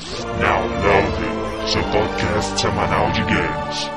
Now Loading, seu podcast semanal de games.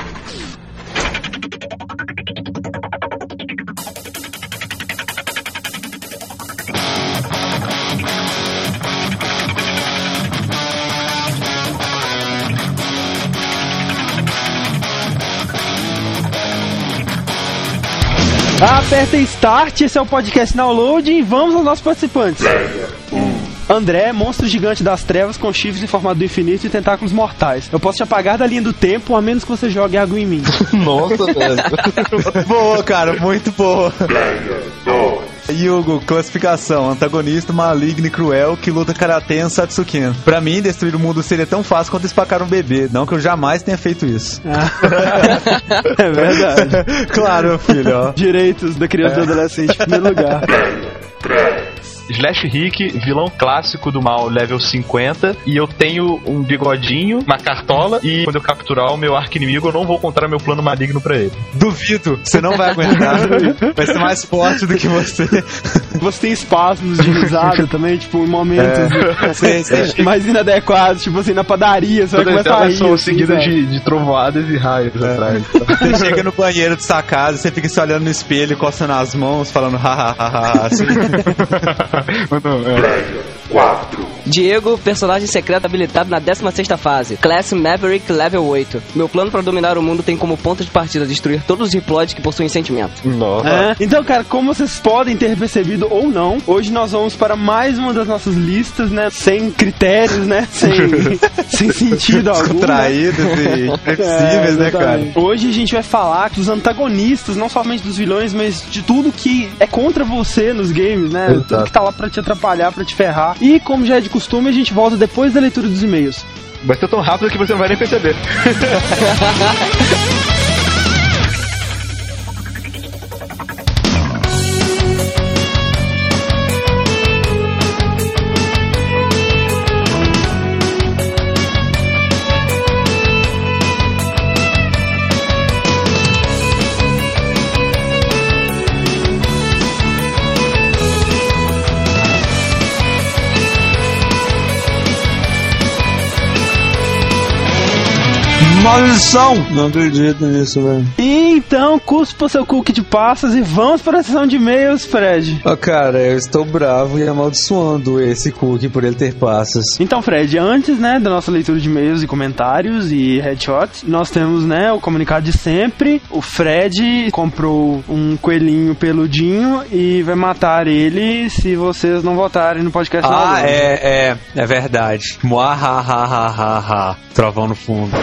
Aperta Start, esse é o podcast Download e vamos aos nossos participantes. André, monstro gigante das trevas com chifres em formato do infinito e tentáculos mortais. Eu posso te apagar da linha do tempo, a menos que você jogue água em mim. Nossa, velho. Boa, cara, muito boa. Yugo, classificação: antagonista, maligno e cruel que luta karatê em Satsuken. Pra mim, destruir o mundo seria tão fácil quanto espacar um bebê. Não que eu jamais tenha feito isso. É verdade. Claro, meu filho, ó. Direitos da criança e do adolescente em primeiro lugar. Slash Rick, vilão clássico do mal, level 50. E eu tenho um bigodinho, uma cartola. E quando eu capturar o meu arqui-inimigo, eu não vou contar meu plano maligno pra ele. Duvido, você não vai aguentar. Vai ser mais forte do que você. Você tem espasmos de risada também, tipo, em momentos mais inadequados, tipo assim, na padaria, você vai começar a rir. São seguidas de trovoadas e raios atrás. Você chega no banheiro de sua casa, você fica se olhando no espelho, coçando as mãos, falando hahaha, assim. 4. Diego, personagem secreto habilitado na 16ª fase. Class Maverick, level 8. Meu plano para dominar o mundo tem como ponto de partida destruir todos os diploides que possuem sentimento. Nossa. Então, cara, como vocês podem ter percebido ou não, hoje nós vamos para mais uma das nossas listas, né? Sem critérios, né? Sem sentido algum. Contraídos e imprevisíveis, né, cara? Hoje a gente vai falar dos antagonistas, não somente dos vilões, mas de tudo que é contra você nos games, né? Exato. Tudo que tá lá pra te atrapalhar, pra te ferrar. E como já é de costume, a gente volta depois da leitura dos e-mails. Vai ser tão rápido que você não vai nem perceber. Maldição! Não acredito nisso, velho. Então, cuspa seu cookie de passas e vamos para a sessão de e-mails, Fred. Cara, eu estou bravo e amaldiçoando esse cookie por ele ter passas. Então, Fred, antes, né, da nossa leitura de e-mails e comentários e headshots, nós temos, né, o comunicado de sempre. O Fred comprou um coelhinho peludinho e vai matar ele se vocês não votarem no podcast. É verdade. Muahahahaha. Trovão no fundo.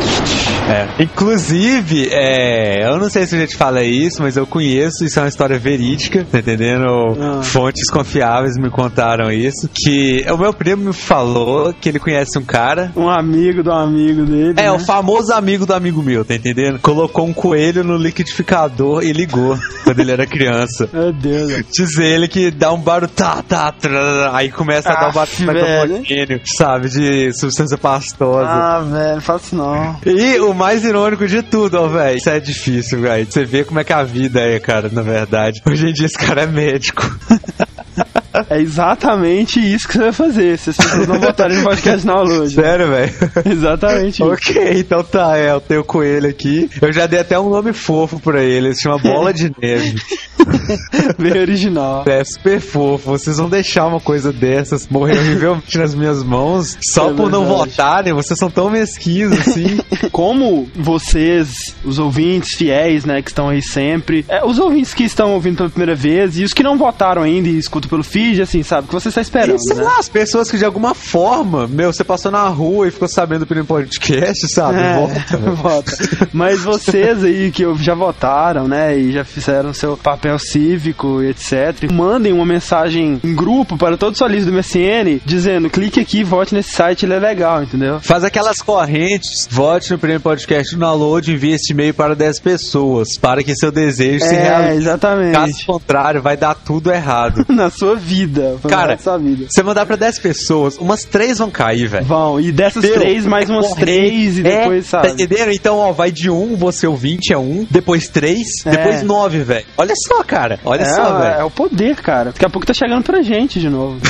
Inclusive, eu não sei se eu já te falei isso, mas eu conheço, isso é uma história verídica, tá entendendo? Fontes confiáveis me contaram isso, que o meu primo me falou que ele conhece um cara, um amigo do amigo dele, né? O famoso amigo do amigo meu, tá entendendo? Colocou um coelho no liquidificador e ligou quando ele era criança. Meu Deus. Diz ele que dá um barulho, aí começa a dar um barulho, sabe, de substância pastosa. Velho, não faço não. E o mais irônico de tudo, velho, isso é difícil, velho. Você vê como é que a vida é, cara, na verdade. Hoje em dia esse cara é médico. É exatamente isso que você vai fazer, se as pessoas não votarem no podcast Download. Sério, velho? Exatamente isso. Ok, então tá, eu tenho o coelho aqui. Eu já dei até um nome fofo pra ele, ele se chama Bola de Neve. Bem original. É super fofo, vocês vão deixar uma coisa dessas morrer horrivelmente nas minhas mãos só por não votarem, vocês são tão mesquinhos assim. Como vocês, os ouvintes fiéis, né, que estão aí sempre, os ouvintes que estão ouvindo pela primeira vez e os que não votaram ainda e escutam pelo feed, assim, sabe, o que você está esperando, e, sei né? lá, as pessoas que de alguma forma, você passou na rua e ficou sabendo pelo podcast, sabe? Vota. Mas vocês aí que já votaram, né, e já fizeram seu papel cívico e etc, mandem uma mensagem em grupo para toda a sua lista do MSN dizendo, clique aqui, vote nesse site, ele é legal, entendeu? Faz aquelas correntes, vote no primeiro podcast do Download e envie esse e-mail para 10 pessoas, para que seu desejo se realize. Exatamente. Caso contrário, vai dar tudo errado. Na sua vida. Cara, sua vida. Você mandar pra 10 pessoas, umas 3 vão cair, velho. Vão, e dessas 3, mais umas 3 e depois, sabe? Tá entendendo? Então, vai de 1, você ouvinte é 1, depois 3, depois 9, velho. Olha só, só, cara. Olha só, velho. É o poder, cara. Daqui a pouco tá chegando pra gente de novo.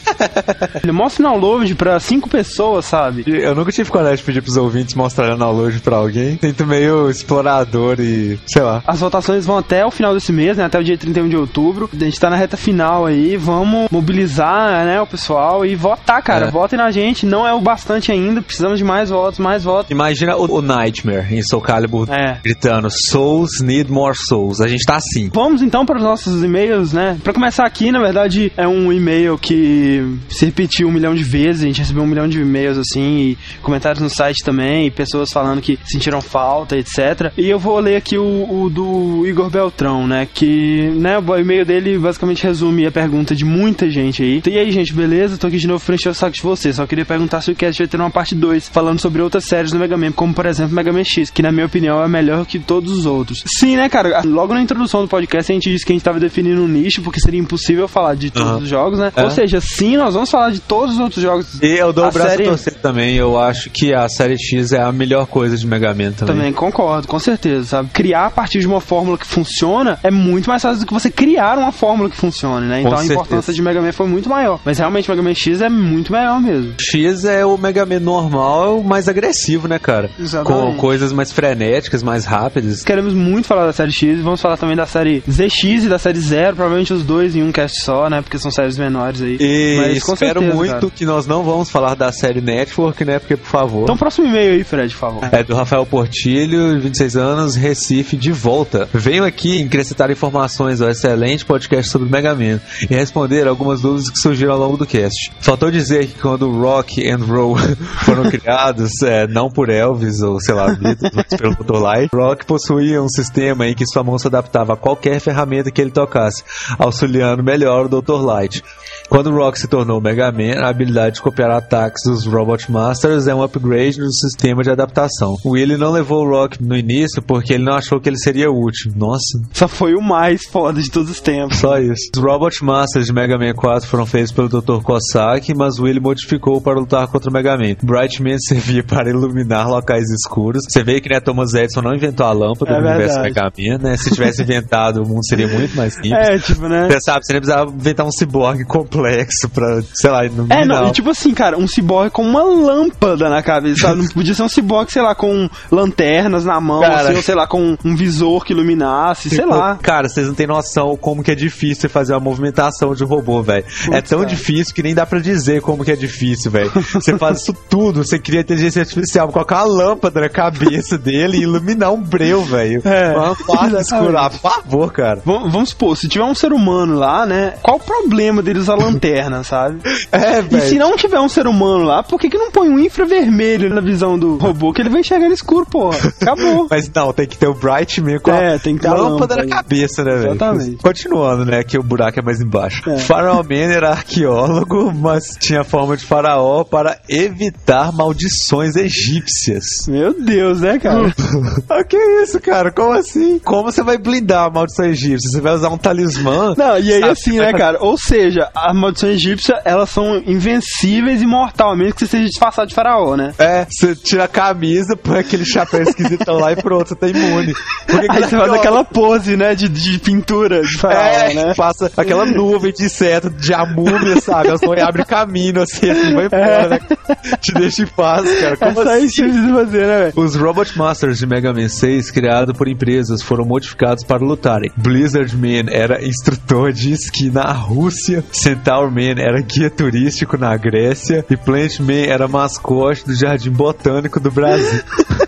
Ele mostra o download pra 5 pessoas, sabe? Eu nunca tive coragem de pedir pros ouvintes mostrarem o download pra alguém. Sinto meio explorador e, sei lá. As votações vão até o final desse mês, né? Até o dia 31 de outubro. A gente tá na reta final aí. Vamos mobilizar, né, o pessoal e votar, cara. Votem na gente. Não é o bastante ainda. Precisamos de mais votos, mais votos. Imagina o Nightmare em Soul Calibur gritando Souls need more souls. A gente tá assim. Vamos então para os nossos e-mails, né? Pra começar aqui, na verdade, é um e-mail que se repetiu 1 milhão de vezes. A gente recebeu 1 milhão de e-mails, assim, e comentários no site também, e pessoas falando que sentiram falta, etc. E eu vou ler aqui o do Igor Beltrão, né? Que, né, o e-mail dele basicamente resume a pergunta de muita gente aí. E aí, gente, beleza? Tô aqui de novo pra encher o saco de vocês. Só queria perguntar se o cast vai ter uma parte 2, falando sobre outras séries do Mega Man, como, por exemplo, Mega Man X, que, na minha opinião, é melhor que todos os outros. Sim, né, cara? Logo na introdução do podcast, a gente disse que a gente tava definindo um nicho, porque seria impossível falar de todos os jogos, né? Ou seja, sim, nós vamos falar de todos os outros jogos. E eu dou o braço a torcer também. Eu acho que a série X é a melhor coisa de Mega Man também. Também concordo, com certeza, sabe? Criar a partir de uma fórmula que funciona é muito mais fácil do que você criar uma fórmula que funcione, né? Então a importância de Mega Man foi muito maior. Mas realmente Mega Man X é muito melhor mesmo. X é o Mega Man normal, mais agressivo, né, cara? Exatamente. Com coisas mais frenéticas, mais rápidas. Queremos muito falar da série X, vamos falar também da série ZX e da série Zero, provavelmente os dois em um cast só, né? Porque são séries menores aí. E mas, espero certeza, muito, cara, que nós não vamos falar da série Network, né? Porque, por favor. Então, próximo e-mail aí, Fred, por favor. É do Rafael Portilho, 26 anos, Recife, de volta. Venho aqui acrescentar informações ao excelente podcast sobre Mega Man e responder algumas dúvidas que surgiram ao longo do cast. Faltou dizer que quando o Rock and Roll foram criados, não por Elvis ou, sei lá, Beatles, mas pelo Dr. Light, Rock possuía um sistema em que sua mão se adaptava a qualquer ferramenta que ele tocasse, auxiliando melhor o Dr. Light. Quando o Rock se tornou Mega Man, a habilidade de copiar ataques dos Robot Masters é um upgrade no sistema de adaptação. O Willie não levou o Rock no início porque ele não achou que ele seria útil. Nossa. Só foi o mais foda de todos os tempos. Só isso. Os Robot Masters de Mega Man 4 foram feitos pelo Dr. Cossack, mas o Willie modificou para lutar contra o Mega Man. Bright Man servia para iluminar locais escuros. Você vê que, né, Thomas Edison não inventou a lâmpada no universo Mega Man, né? Se tivesse inventado, o mundo seria muito mais simples. Tipo, né? Você sabe, você nem precisava inventar um ciborgue complexo pra, sei lá, iluminar. Não, e tipo assim, cara, um ciborgue com uma lâmpada na cabeça, sabe? Não podia ser um ciborgue, sei lá, com lanternas na mão, cara, assim, ou sei lá, com um visor que iluminasse, sei lá. Cara, vocês não têm noção como que é difícil fazer uma movimentação de robô, velho. É tão difícil que nem dá pra dizer como que é difícil, velho. Você faz isso tudo, você cria inteligência artificial, colocar uma lâmpada na cabeça dele e iluminar um breu, velho. Uma parte escura, por favor, cara. Vamos supor, se tiver um ser humano lá, né, qual o problema dele usar lanterna, sabe? Velho. E se não tiver um ser humano lá, por que não põe um infravermelho na visão do robô, que ele vai enxergar no escuro, porra? Acabou. Mas não, tem que ter o Bright Man com tem que ter a lâmpada na cabeça, né, velho? Exatamente. Continuando, né, que o buraco é mais embaixo. Pharaoh Man era arqueólogo, mas tinha forma de faraó para evitar maldições egípcias. Meu Deus, né, cara? Que isso, cara? Como assim? Como você vai blindar a maldição egípcia? Você vai usar um talismã? Não, e aí assim, né, cara? Ou seja, a maldição egípcia, elas são invencíveis e mortal, a menos que você seja disfarçado de faraó, né? Você tira a camisa, põe aquele chapéu esquisitão lá e pronto, você tá imune. Aí você faz aquela pose, né, de pintura de faraó, né? Passa aquela nuvem de inseto, de amúmia, sabe? Elas vão e abrem caminho, assim, vai embora, né? Te deixa em paz, cara. Como só assim? Isso que precisa fazer, né, velho? Os Robot Masters de Mega Man 6, criados por empresas, foram modificados para lutarem. Blizzard Man era instrutor de esqui na Rússia, Centaur Man era guia turístico na Grécia e Plant Man era mascote do Jardim Botânico do Brasil.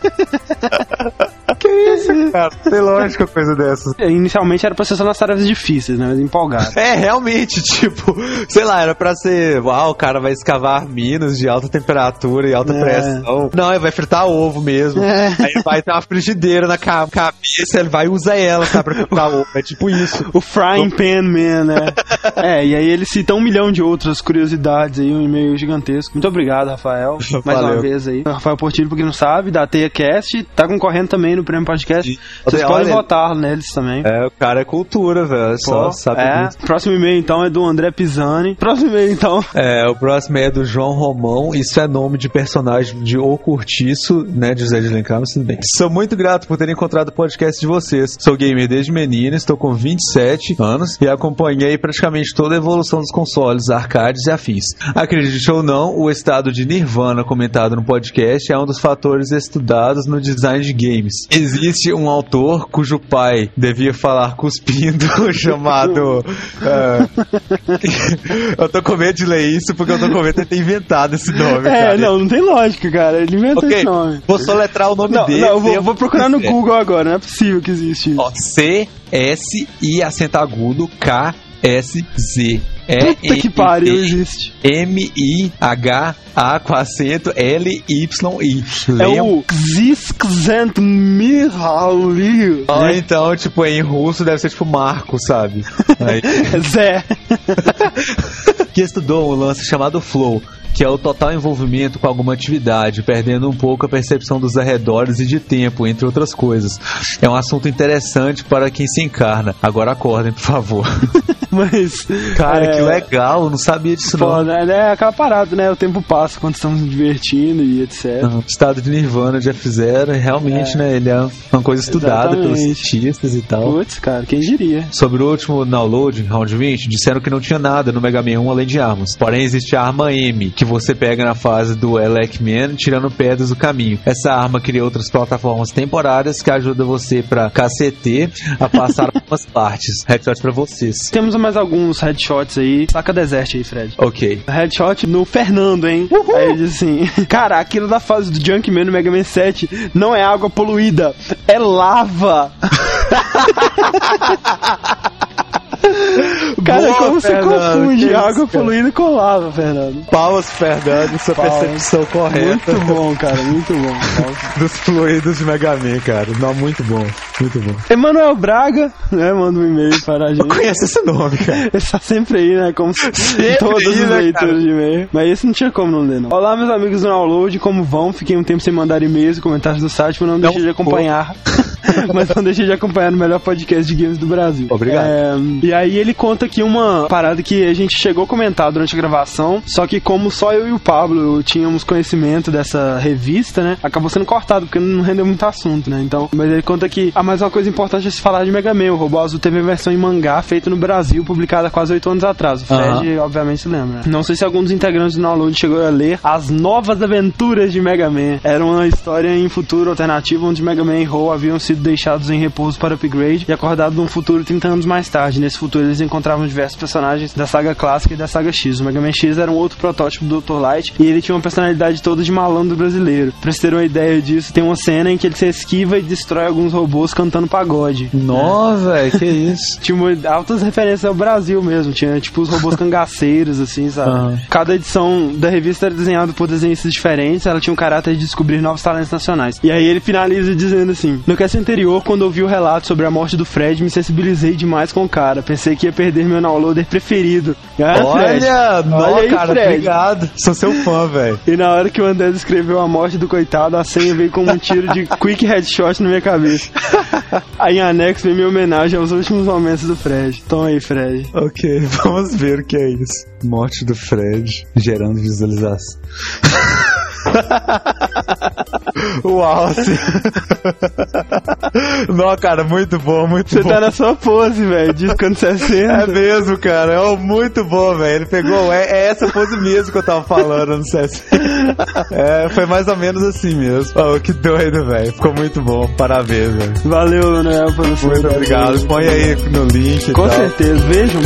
Que isso, cara? Tem lógica coisa dessas. Inicialmente era pra ser só nas tarefas difíceis, né? Mas empolgado. Realmente, tipo, sei lá, era pra ser, o cara vai escavar minas de alta temperatura e alta pressão. Não, ele vai fritar ovo mesmo. Aí vai ter uma frigideira na cabeça, ele vai usar ela, sabe, pra fritar ovo. É tipo isso. O Frying Pan Man, né? E aí ele cita 1 milhão de outras curiosidades aí, um e-mail gigantesco. Muito obrigado, Rafael. Mais uma vez aí. Rafael Portilho, pra quem não sabe, da TeiaCast, tá concorrendo também no Prêmio Podcast. Vocês podem votar neles também. O cara é cultura, velho. Só sabe disso. Próximo e-mail, então, é do André Pisani. Próximo e-mail, então. O próximo é do João Romão. Isso é nome de personagem de O Curtiço, né, de José de Alencar, mas tudo bem. Sou muito grato por ter encontrado o podcast de vocês. Sou gamer desde menino, estou com 27 anos e acompanhei praticamente toda a evolução dos consoles, arcades e afins. Acredite ou não, o estado de Nirvana comentado no podcast é um dos fatores estudados no design de games. Existe um autor cujo pai devia falar cuspindo, chamado... Eu tô com medo de ler isso porque eu tô com medo de ter inventado esse nome, cara. Não tem lógica, cara. Ele inventou esse nome. Vou soletrar o nome dele. Eu vou procurar no Google agora, não é possível que existe isso. C-S-I acento agudo K-S-Z. Puta que pariu, existe. M-I-H-A com acento L-Y-I. É o Zizkzentmirali. Então, tipo, em russo deve ser tipo Marco, sabe? Zé. Que estudou um lance chamado Flow, que é o total envolvimento com alguma atividade, perdendo um pouco a percepção dos arredores e de tempo, entre outras coisas. É um assunto interessante para quem se encarna. Agora acordem, por favor. Mas... Cara, que legal, eu não sabia disso não. É aquela parada, né? O tempo passa quando estamos nos divertindo e etc. O estado de Nirvana de F0, realmente, né? Ele é uma coisa estudada pelos cientistas e tal. Putz, cara, quem diria? Sobre o último download, Round 20, disseram que não tinha nada no Mega Man 1 além de armas. Porém, existe a arma M, que você pega na fase do Elec Man, tirando pedras do caminho. Essa arma cria outras plataformas temporárias que ajudam você pra KCT a passar algumas partes. Headshot pra vocês. Temos mais alguns headshots aí. Saca Desert aí, Fred. Ok. Headshot no Fernando, hein? Uhul. Aí ele diz assim: cara, aquilo da fase do Junkman no Mega Man 7 não é água poluída, é lava. Cara, boa, como Fernando, você confunde água poluída com lava, Fernando? Palmas, Fernando, sua percepção correta. Muito bom, cara, muito bom. Dos fluidos de Mega Man, cara. Não, muito bom, muito bom. Emanuel Braga, né, manda um e-mail para a gente. Eu conheço esse nome, cara. Ele tá sempre aí, né, como todos os leitores de e-mail. Mas esse não tinha como não ler, não. Olá, meus amigos do Download, como vão? Fiquei um tempo sem mandar e-mails e comentários do site, mas não deixei de acompanhar. Mas não deixei de acompanhar no melhor podcast de games do Brasil. Obrigado. E aí ele conta aqui uma parada que a gente chegou a comentar durante a gravação, só que como só eu e o Pablo tínhamos conhecimento dessa revista, né, acabou sendo cortado, porque não rendeu muito assunto, né, então, mas ele conta que mais uma coisa importante é se falar de Mega Man. O Robô Azul teve a versão em mangá feita no Brasil, publicada há quase 8 anos atrás. O Fred, obviamente, se lembra. Não sei se algum dos integrantes do Download chegou a ler As Novas Aventuras de Mega Man. Era uma história em futuro alternativo onde Mega Man e Ho haviam sido deixados em repouso para upgrade e acordados num futuro 30 anos mais tarde. Nesse futuro eles encontravam diversos personagens da saga clássica e da saga X. O Mega Man X era um outro protótipo do Dr. Light e ele tinha uma personalidade toda de malandro brasileiro. Pra vocês terem uma ideia disso, tem uma cena em que ele se esquiva e destrói alguns robôs cantando pagode. Nossa, velho, que isso? Tinha altas referências ao Brasil mesmo. Tinha tipo os robôs cangaceiros, assim, sabe? Cada edição da revista era desenhada por desenhistas diferentes. Ela tinha um caráter de descobrir novos talentos nacionais. E aí ele finaliza dizendo assim: no cast anterior, quando ouvi o relato sobre a morte do Fred, me sensibilizei demais com o cara. Pensei que ia perder meu downloader preferido. Olha, aí, cara, Fred. Obrigado. Sou seu fã, velho. E na hora que o André descreveu a morte do coitado, a senha veio com um tiro de quick headshot na minha cabeça. Aí em anexo vem minha homenagem aos últimos momentos do Fred. Toma aí, Fred. Ok, vamos ver o que é isso. Morte do Fred, gerando visualização. Uau, não, cara, muito bom, muito bom. Você tá na sua pose, velho, diz quando você senta. É mesmo, cara, é muito bom, velho. Ele pegou, é essa pose mesmo que eu tava falando no CS. Foi mais ou menos assim mesmo. Oh, que doido, velho. Ficou muito bom, parabéns, velho. Valeu, né, por você. Muito obrigado. Põe aí no link. Com certeza, vejam.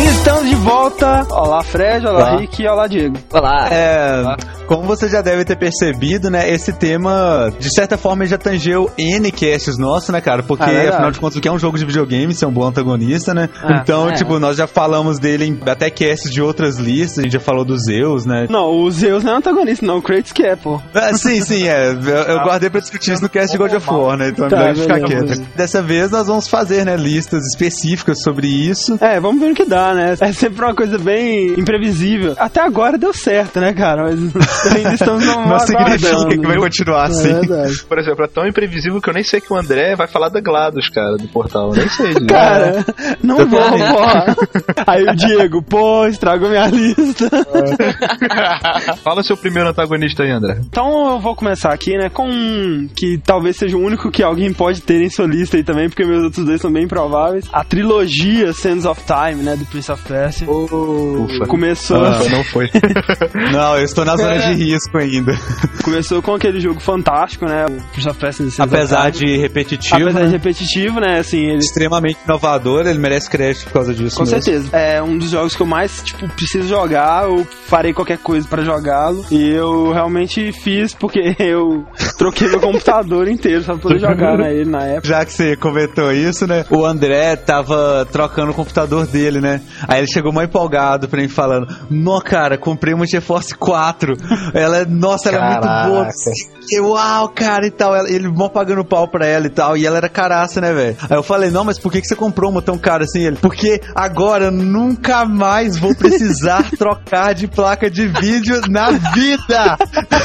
Estamos de volta. Olá, Fred, olá, Rick, olá, Diego. Olá. Como você já deve ter percebido, né, esse tema, de certa forma, já tangeu N casts nossos, né, cara? Porque, afinal de contas, o que é um jogo de videogame, ser um bom antagonista, né? Então, nós já falamos dele em até casts de outras listas, a gente já falou do Zeus, né? Não, o Zeus não é antagonista, não, o Kratos que é, pô. Sim, eu guardei pra discutir isso no cast de God of War, né? Então é melhor ficar quieto. Dessa vez nós vamos fazer, né, listas específicas sobre isso. Vamos ver o que dá, né? É sempre uma coisa bem imprevisível. Até agora deu certo, né, cara? Mas ainda estamos não significa que vai continuar assim. Por exemplo, é tão imprevisível que eu nem sei que o André vai falar da GLaDOS, cara, do portal. Eu nem sei. Cara, não vou, porra. Aí o Diego, pô, estragou minha lista. Fala o seu primeiro antagonista aí, André. Então eu vou começar aqui, né, com um que talvez seja o único que alguém pode ter em sua lista aí também, porque meus outros dois são bem improváveis. A trilogia Sands of Time, né, do Prince of Persia. Ufa. Começou... não foi. Não, eu estou na zona de risco ainda. Começou com aquele jogo fantástico, né, o Prince of Persia. Apesar de repetitivo. Apesar de repetitivo, né, assim... Ele... extremamente inovador, ele merece crédito por causa disso. Com certeza. É um dos jogos que eu mais, preciso jogar, eu farei qualquer coisa pra jogá-lo, e eu realmente fiz porque eu troquei meu computador inteiro só pra poder jogar ele na época. Já que você comentou isso, né, o André tava trocando o computador dele, né, aí ele chegou mais empolgado pra mim falando, nó, cara, comprei uma GeForce 4, ela é muito boa, uau, cara, e tal, ele mó pagando pau pra ela e tal, e ela era caraça, né, velho. Aí eu falei, não, mas por que você comprou uma tão cara assim? Ele, porque agora eu nunca mais vou precisar trocar de placa de vídeo na vida.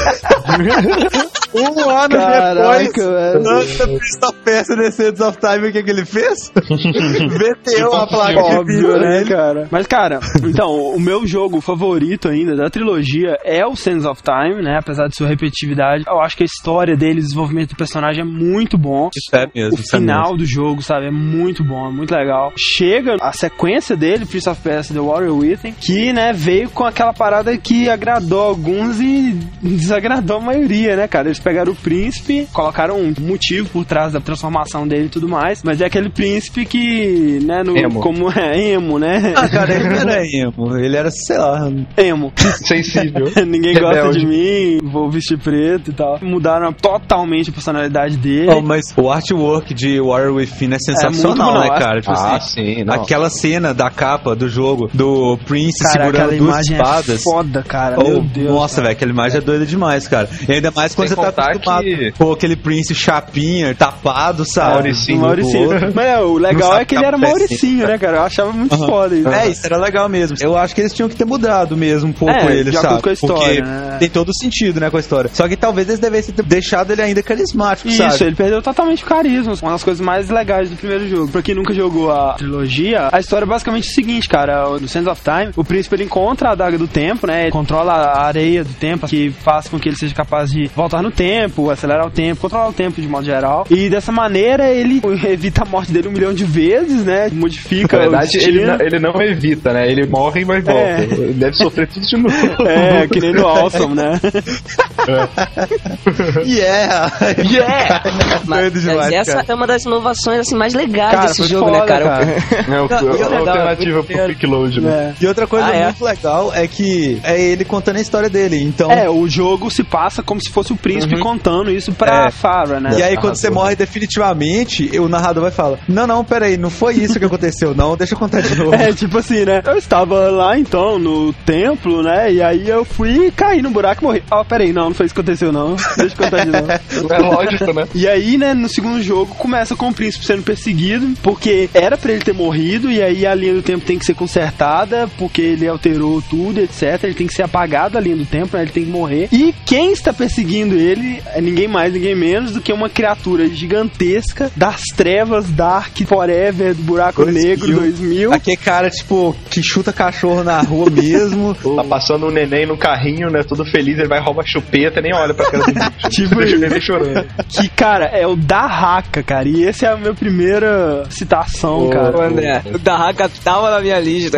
Um ano depois, lança Prince of Persia The Sands of Time, o que ele fez? Meteu a placa de vídeo, né, cara? Mas, cara, então, o meu jogo favorito ainda da trilogia é o Sands of Time, né? Apesar de sua repetitividade, eu acho que a história dele, o desenvolvimento do personagem é muito bom. Isso é mesmo. O final do jogo, sabe, é muito bom, é muito legal. Chega a sequência dele, Prince of Persia The Warrior Within, que, né, veio com aquela parada que agradou alguns e desagradou a maioria, né, cara? Eles pegaram o príncipe, colocaram um motivo por trás da transformação dele e tudo mais, mas é aquele príncipe que, né, emo. Como é emo, né? Cara, ele não era emo, ele era, sei lá... emo. Sensível. Ninguém gosta de mim, vou vestir preto e tal. Mudaram totalmente a personalidade dele. Mas o artwork de Warrior Within é sensacional, né, cara? Sim, não. Aquela cena da capa do jogo, do Prince segurando duas espadas. É foda, cara. Meu Deus. Nossa, velho, aquela imagem é doida demais, cara. E ainda mais quando você tá acostumado com aquele Prince chapinha, tapado, sabe? Mauricinho. Mas o legal é que ele era Mauricinho, né, cara? Eu achava muito foda isso. Isso era legal mesmo. Eu acho que eles tinham que ter mudado mesmo um pouco ele, sabe? Com a história, porque né? tem todo sentido, né, com a história. Só que talvez eles devessem ter deixado ele ainda carismático, sabe? Isso, ele perdeu totalmente o carisma. Uma das coisas mais legais do primeiro jogo. Pra quem nunca jogou a trilogia, a história é basicamente o seguinte, cara. No Sands of Time, o príncipe ele encontra a Adaga do Tempo, né? Ele controla a areia do tempo, que faz com que ele seja capaz de voltar no tempo, acelerar o tempo, controlar o tempo de modo geral. E dessa maneira ele evita a morte dele 1 milhão de vezes, né? Modifica. Na verdade, ele não evita, né? Ele morre e vai volta. Ele deve sofrer tudo de novo. Que nem no Awesome, né? Mas essa é uma das inovações assim, mais legais desse jogo, foda, né, cara? A alternativa pro quick load, né? E outra coisa muito legal é que é ele contando a história dele. Então, o jogo se passa como se fosse o príncipe contando isso pra Farah, né? E aí, quando você morre definitivamente, o narrador vai falar: Não, peraí, não foi isso que aconteceu, não, deixa eu contar de novo. Tipo assim, né? Eu estava lá então no templo, né? E aí eu fui e caí no buraco e morri. Peraí, não foi isso que aconteceu, não. Deixa eu contar de novo. É lógico, né? E aí, né, no segundo jogo, começa com o príncipe sendo perseguido, porque era pra ele ter morrido, e aí a linha do tempo tem que ser consertada, porque ele alterou tudo, etc. Ele tem que ser apagado a linha do tempo, né? Ele tem que morrer. E quem está perseguindo ele é ninguém mais, ninguém menos do que uma criatura gigantesca das trevas Dark Forever do Buraco Negro 2000. Aquele cara, tipo, que chuta cachorro na rua mesmo. Tá passando um neném no carrinho, né? Todo feliz, ele vai roubar chupeta, nem olha pra cara do bicho. Tipo, deixa o neném chorando. Que, cara, é o Dahaka, cara. E esse é a minha primeira citação, cara. Ô, André, o Dahaka tava na minha lista.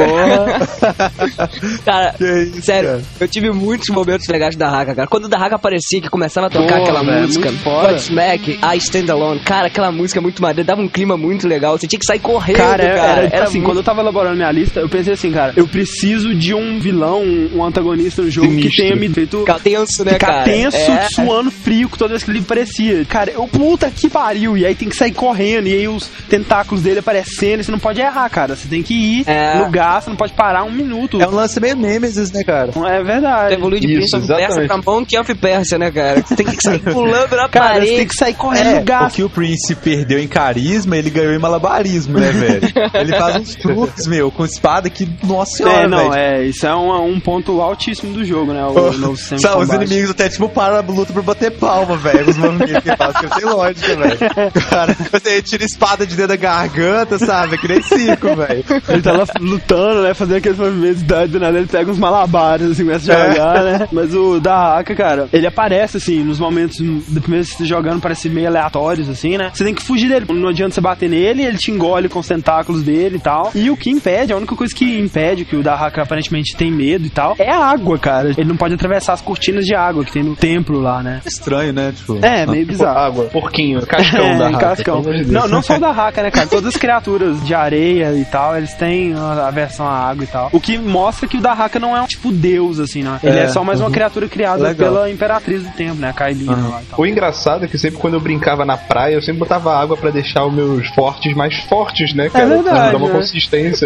Cara, isso, sério, cara? eu tive muitos momentos legais do Dahaka, cara. Quando o Dahaka aparecia, que começava começava a tocar aquela música, muito foda. Godsmack, I Stand Alone, cara, aquela música é muito maneira, dava um clima muito legal, você tinha que sair correndo, Cara, cara. era assim, quando eu tava elaborando minha lista, eu pensei assim, cara, eu preciso de um vilão, um antagonista no jogo Sinistro. que tenha me feito Ficar tenso, né, ficar cara? tenso, suando frio com toda vez que ele aparecia. Cara, eu, puta que pariu, e aí tem que sair correndo, e aí os tentáculos dele aparecendo, e você não pode errar, cara, você tem que ir no gás, você não pode parar um minuto. É um lance meio Nemesis, né, cara? É verdade. Evolui de Prince of Persia exatamente. pra Monkey of Persia, né, cara? Você tem que sair pulando na Cara, parede. você tem que sair correndo no gás. O que o Prince perdeu em carisma, ele ganhou em malabarismo, né, velho? Ele faz uns truques, meu, com espada que, nossa senhora, velho. Isso é um ponto altíssimo do jogo, né? O novo sistema de Os combate. inimigos até, tipo, param a luta pra bater palma, velho. Os movimentos que faz, que tem lógica, velho. Cara, você tira espada de dentro da garganta, sabe? É que nem circo, velho. Ele tá lá lutando, né? Fazendo aqueles movimentos, do nada ele pega uns malabares, assim, começa a jogar, né? Mas o da Haka, cara, ele aparece, assim, nos momentos, primeiro você jogando, parece meio aleatórios, assim, né? Você tem que fugir dele. Não adianta você bater nele, ele te engole com os tentáculos dele e tal. E o que impede, a única coisa que impede, que o da Haka aparentemente tem medo e tal, é a água, cara. Ele não pode atravessar as cortinas de água que tem no templo lá, né? Estranho, né? Tipo, Meio bizarro. Água, porquinho, cascão da Haka. Cascão. pelo amor de Deus. Não só o da Haka, né, cara? Todas as criaturas de areia e tal, eles têm a versão à água e tal. O que mostra que o da Haka não é um tipo deus, assim, não. Ele é só mais uma criatura criada Legal. pela imperatriz do tempo, né? A Kailina lá e tal. O engraçado é que sempre quando eu brincava na praia, eu sempre botava água pra deixar os meus fortes mais fortes, né, cara? verdade, Pra dar uma né? consistência.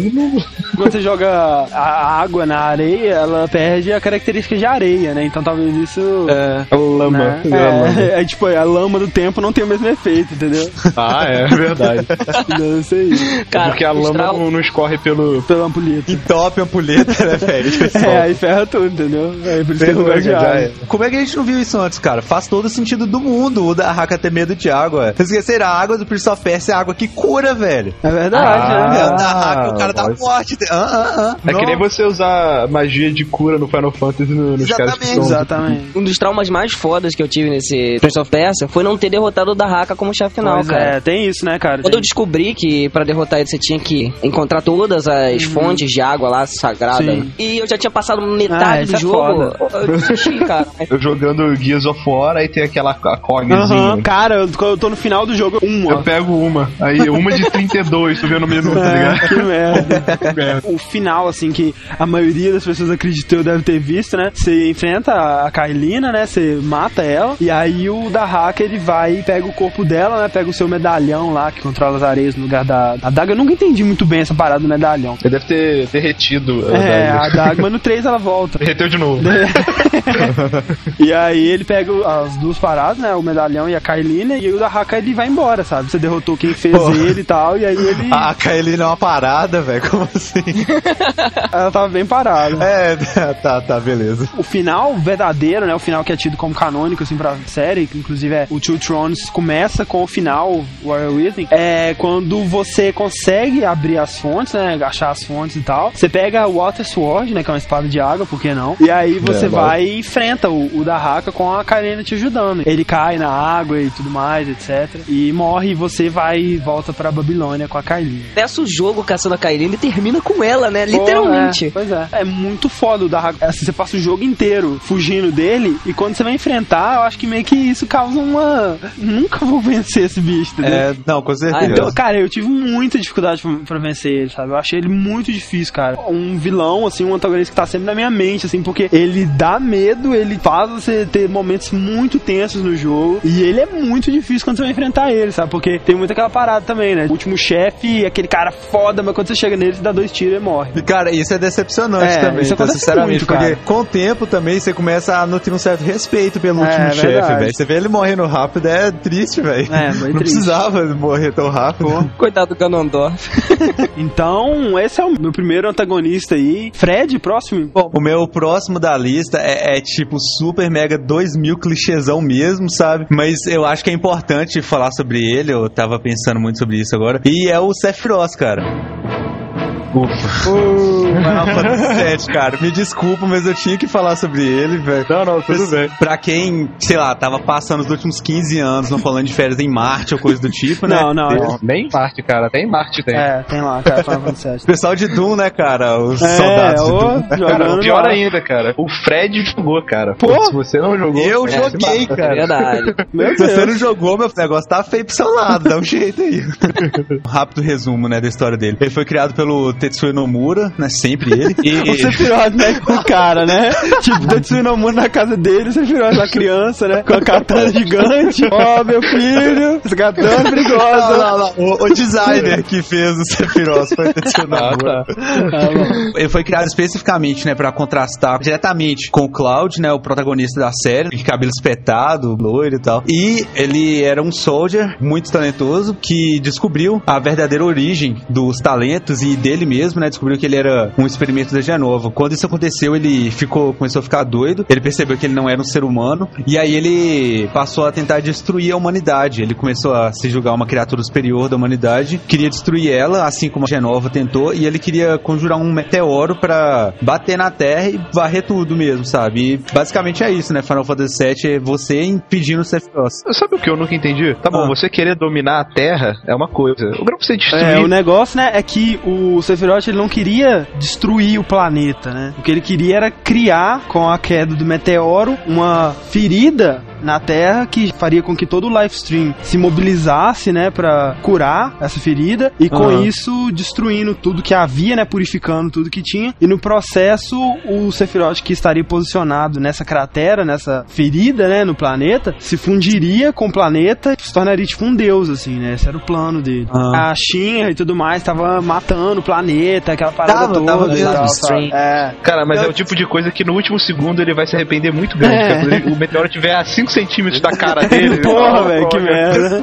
Quando você joga a água na areia, ela perde a característica de areia, né? Então talvez isso... Lama. Né? Tipo, a lama do tempo não tem o mesmo efeito, entendeu? Ah, é verdade. Não sei. Cara, Porque a lama não escorre pelo... Pela ampulheta. Entope a ampulheta, né, velho? Aí ferra tudo, entendeu? Aí por isso que eu não gosto de Já água. é. Como é que a gente não viu isso antes, cara? Faz todo o sentido do mundo o da Haka ter medo de água. Vocês esqueceram, a água do Prince of Persia é a água que cura, velho. É verdade, né? É o da Haka, o cara da morte. É que nem você usar magia de cura no Final Fantasy nos caras que são... Exatamente. Um dos traumas mais fodas que eu tive nesse Prince of Persia foi não ter derrotado o da Haka como chefe final, Pois cara. tem isso, né, cara? Quando eu descobri que pra derrotar ele você tinha que encontrar todas as fontes de água lá sagrada, Sim. e eu já tinha passado metade isso do é jogo, foda. eu desisti, cara. Eu jogando Gears of War, aí tem aquela conezinha. Cara, eu tô no final do jogo. Eu pego uma. Aí uma de 32, tu vê no menu, tá ligado? Que merda. O final, assim, que a maioria das pessoas acreditou deve ter visto, né? Você enfrenta a Kailina, né? Você mata ela. E aí o da Haka, ele vai e pega o corpo dela, né? Pega o seu medalhão lá, que controla as areias no lugar da adaga. Eu nunca entendi muito bem essa parada do medalhão. Ele deve ter derretido. A adaga, mas no 3 ela volta. Derreteu de novo. E aí ele pega as duas paradas, né? O medalhão e a Kailina. E aí o da Haka, ele vai embora, sabe? Você derrotou quem fez ele e tal. E aí ele... A Kaelina é uma parada, velho. Como assim? Ela tava bem parada. Tá, beleza. O final verdadeiro, né? O final que é tido como canônico, assim, pra série, que inclusive é o Two Thrones, começa com o final, o Warrior Within, é quando você consegue abrir as fontes, né? Achar as fontes e tal. Você pega o Water Sword, né? Que é uma espada de água, por que não? E aí você vai e enfrenta o da Haka com a Kailina te ajudando. Ele cai na água e tudo mais, etc. E morre e você vai e volta pra Babilônia com a Kailina. Peça o jogo caçando a Kailina e termina com ela, né? Literalmente. Pois é. É muito foda o da Haka. Assim, você passa o jogo inteiro fugindo dele e quando você vai enfrentar, eu acho que meio que isso causa uma... Nunca vou vencer esse bicho, entendeu? Não, com certeza. Então, cara, eu tive muita dificuldade pra vencer ele, sabe? Eu achei ele muito difícil, cara. Um vilão, assim, um antagonista que tá sempre na minha mente, assim, porque ele dá medo, ele faz você ter momentos muito tensos no jogo e ele é muito difícil quando você vai enfrentar ele, sabe? Porque tem muito aquela parada também, né? O último chefe, aquele cara foda, mas quando você chega nele, você dá 2 tiros e morre. E, cara, isso é decepcionante também, isso acontece sinceramente, muito, cara. porque com o tempo também você começa a nutrir um certo respeito pelo último chefe, verdade. velho. Você vê ele morrendo rápido, é triste, velho. Bem Não triste. precisava morrer tão rápido. Coitado do Ganondorf. Então, esse é o meu primeiro antagonista aí. Fred, próximo? Bom, o meu próximo da lista é tipo super mega 2000 clichêzão mesmo, sabe? Mas eu acho que é importante falar sobre ele, eu tava pensando muito sobre isso agora. E é o Sephiroth, cara. Final Fantasy VII, cara. Me desculpa, mas eu tinha que falar sobre ele, velho. Não, tudo bem. Pra quem, sei lá, tava passando os últimos 15 anos não falando de férias em Marte ou coisa do tipo, né? Não. Nem em Marte, cara. Até em Marte tem. Tem lá, cara, Final Fantasy VII. Pessoal de Doom, né, cara? Os soldados de Doom. Cara, o pior ainda, cara. O Fred jogou, cara. Pô, se você não jogou... Eu joguei, cara. É verdade. Se você não jogou, meu negócio tá feio pro seu lado. Dá um jeito aí. Um rápido resumo, né, da história dele. Ele foi criado pelo Tetsuya Nomura, né? Sempre ele. E... O Sephiroth, né? O cara, né? Tipo, Tetsuya Nomura na casa dele, o Sephiroth na criança, né? Com a katana gigante. Ó, meu filho, essa katana perigosa. Não. O designer que fez o Sephiroth foi o Tetsuya Nomura. Ele foi criado especificamente, né, pra contrastar diretamente com o Cloud, né, o protagonista da série, de cabelo espetado, loiro e tal. E ele era um soldier muito talentoso que descobriu a verdadeira origem dos talentos e dele mesmo, né, descobriu que ele era um experimento da Genova. Quando isso aconteceu, ele começou a ficar doido, ele percebeu que ele não era um ser humano, e aí ele passou a tentar destruir a humanidade. Ele começou a se julgar uma criatura superior da humanidade, queria destruir ela, assim como a Genova tentou, e ele queria conjurar um meteoro pra bater na Terra e varrer tudo mesmo, sabe? E basicamente é isso, né? Final Fantasy VII é você impedindo o Sephiroth. Sabe o que eu nunca entendi? Tá bom, você querer dominar a Terra é uma coisa. Agora você destruir... o negócio, né, é que o Sephiroth, ele não queria destruir o planeta, né? O que ele queria era criar, com a queda do meteoro, uma ferida na Terra que faria com que todo o Lifestream se mobilizasse, né, pra curar essa ferida e com isso destruindo tudo que havia, né, purificando tudo que tinha, e no processo o Sephiroth, que estaria posicionado nessa cratera, nessa ferida, né, no planeta, se fundiria com o planeta e se tornaria tipo um deus, assim, né? Esse era o plano dele. A Shinra e tudo mais tava matando o planeta, aquela parada toda e tal, sabe? Cara, mas é o tipo de coisa que no último segundo ele vai se arrepender muito grande. Quando o meteoro tiver a 5 centímetros da cara dele. Porra, velho, que merda.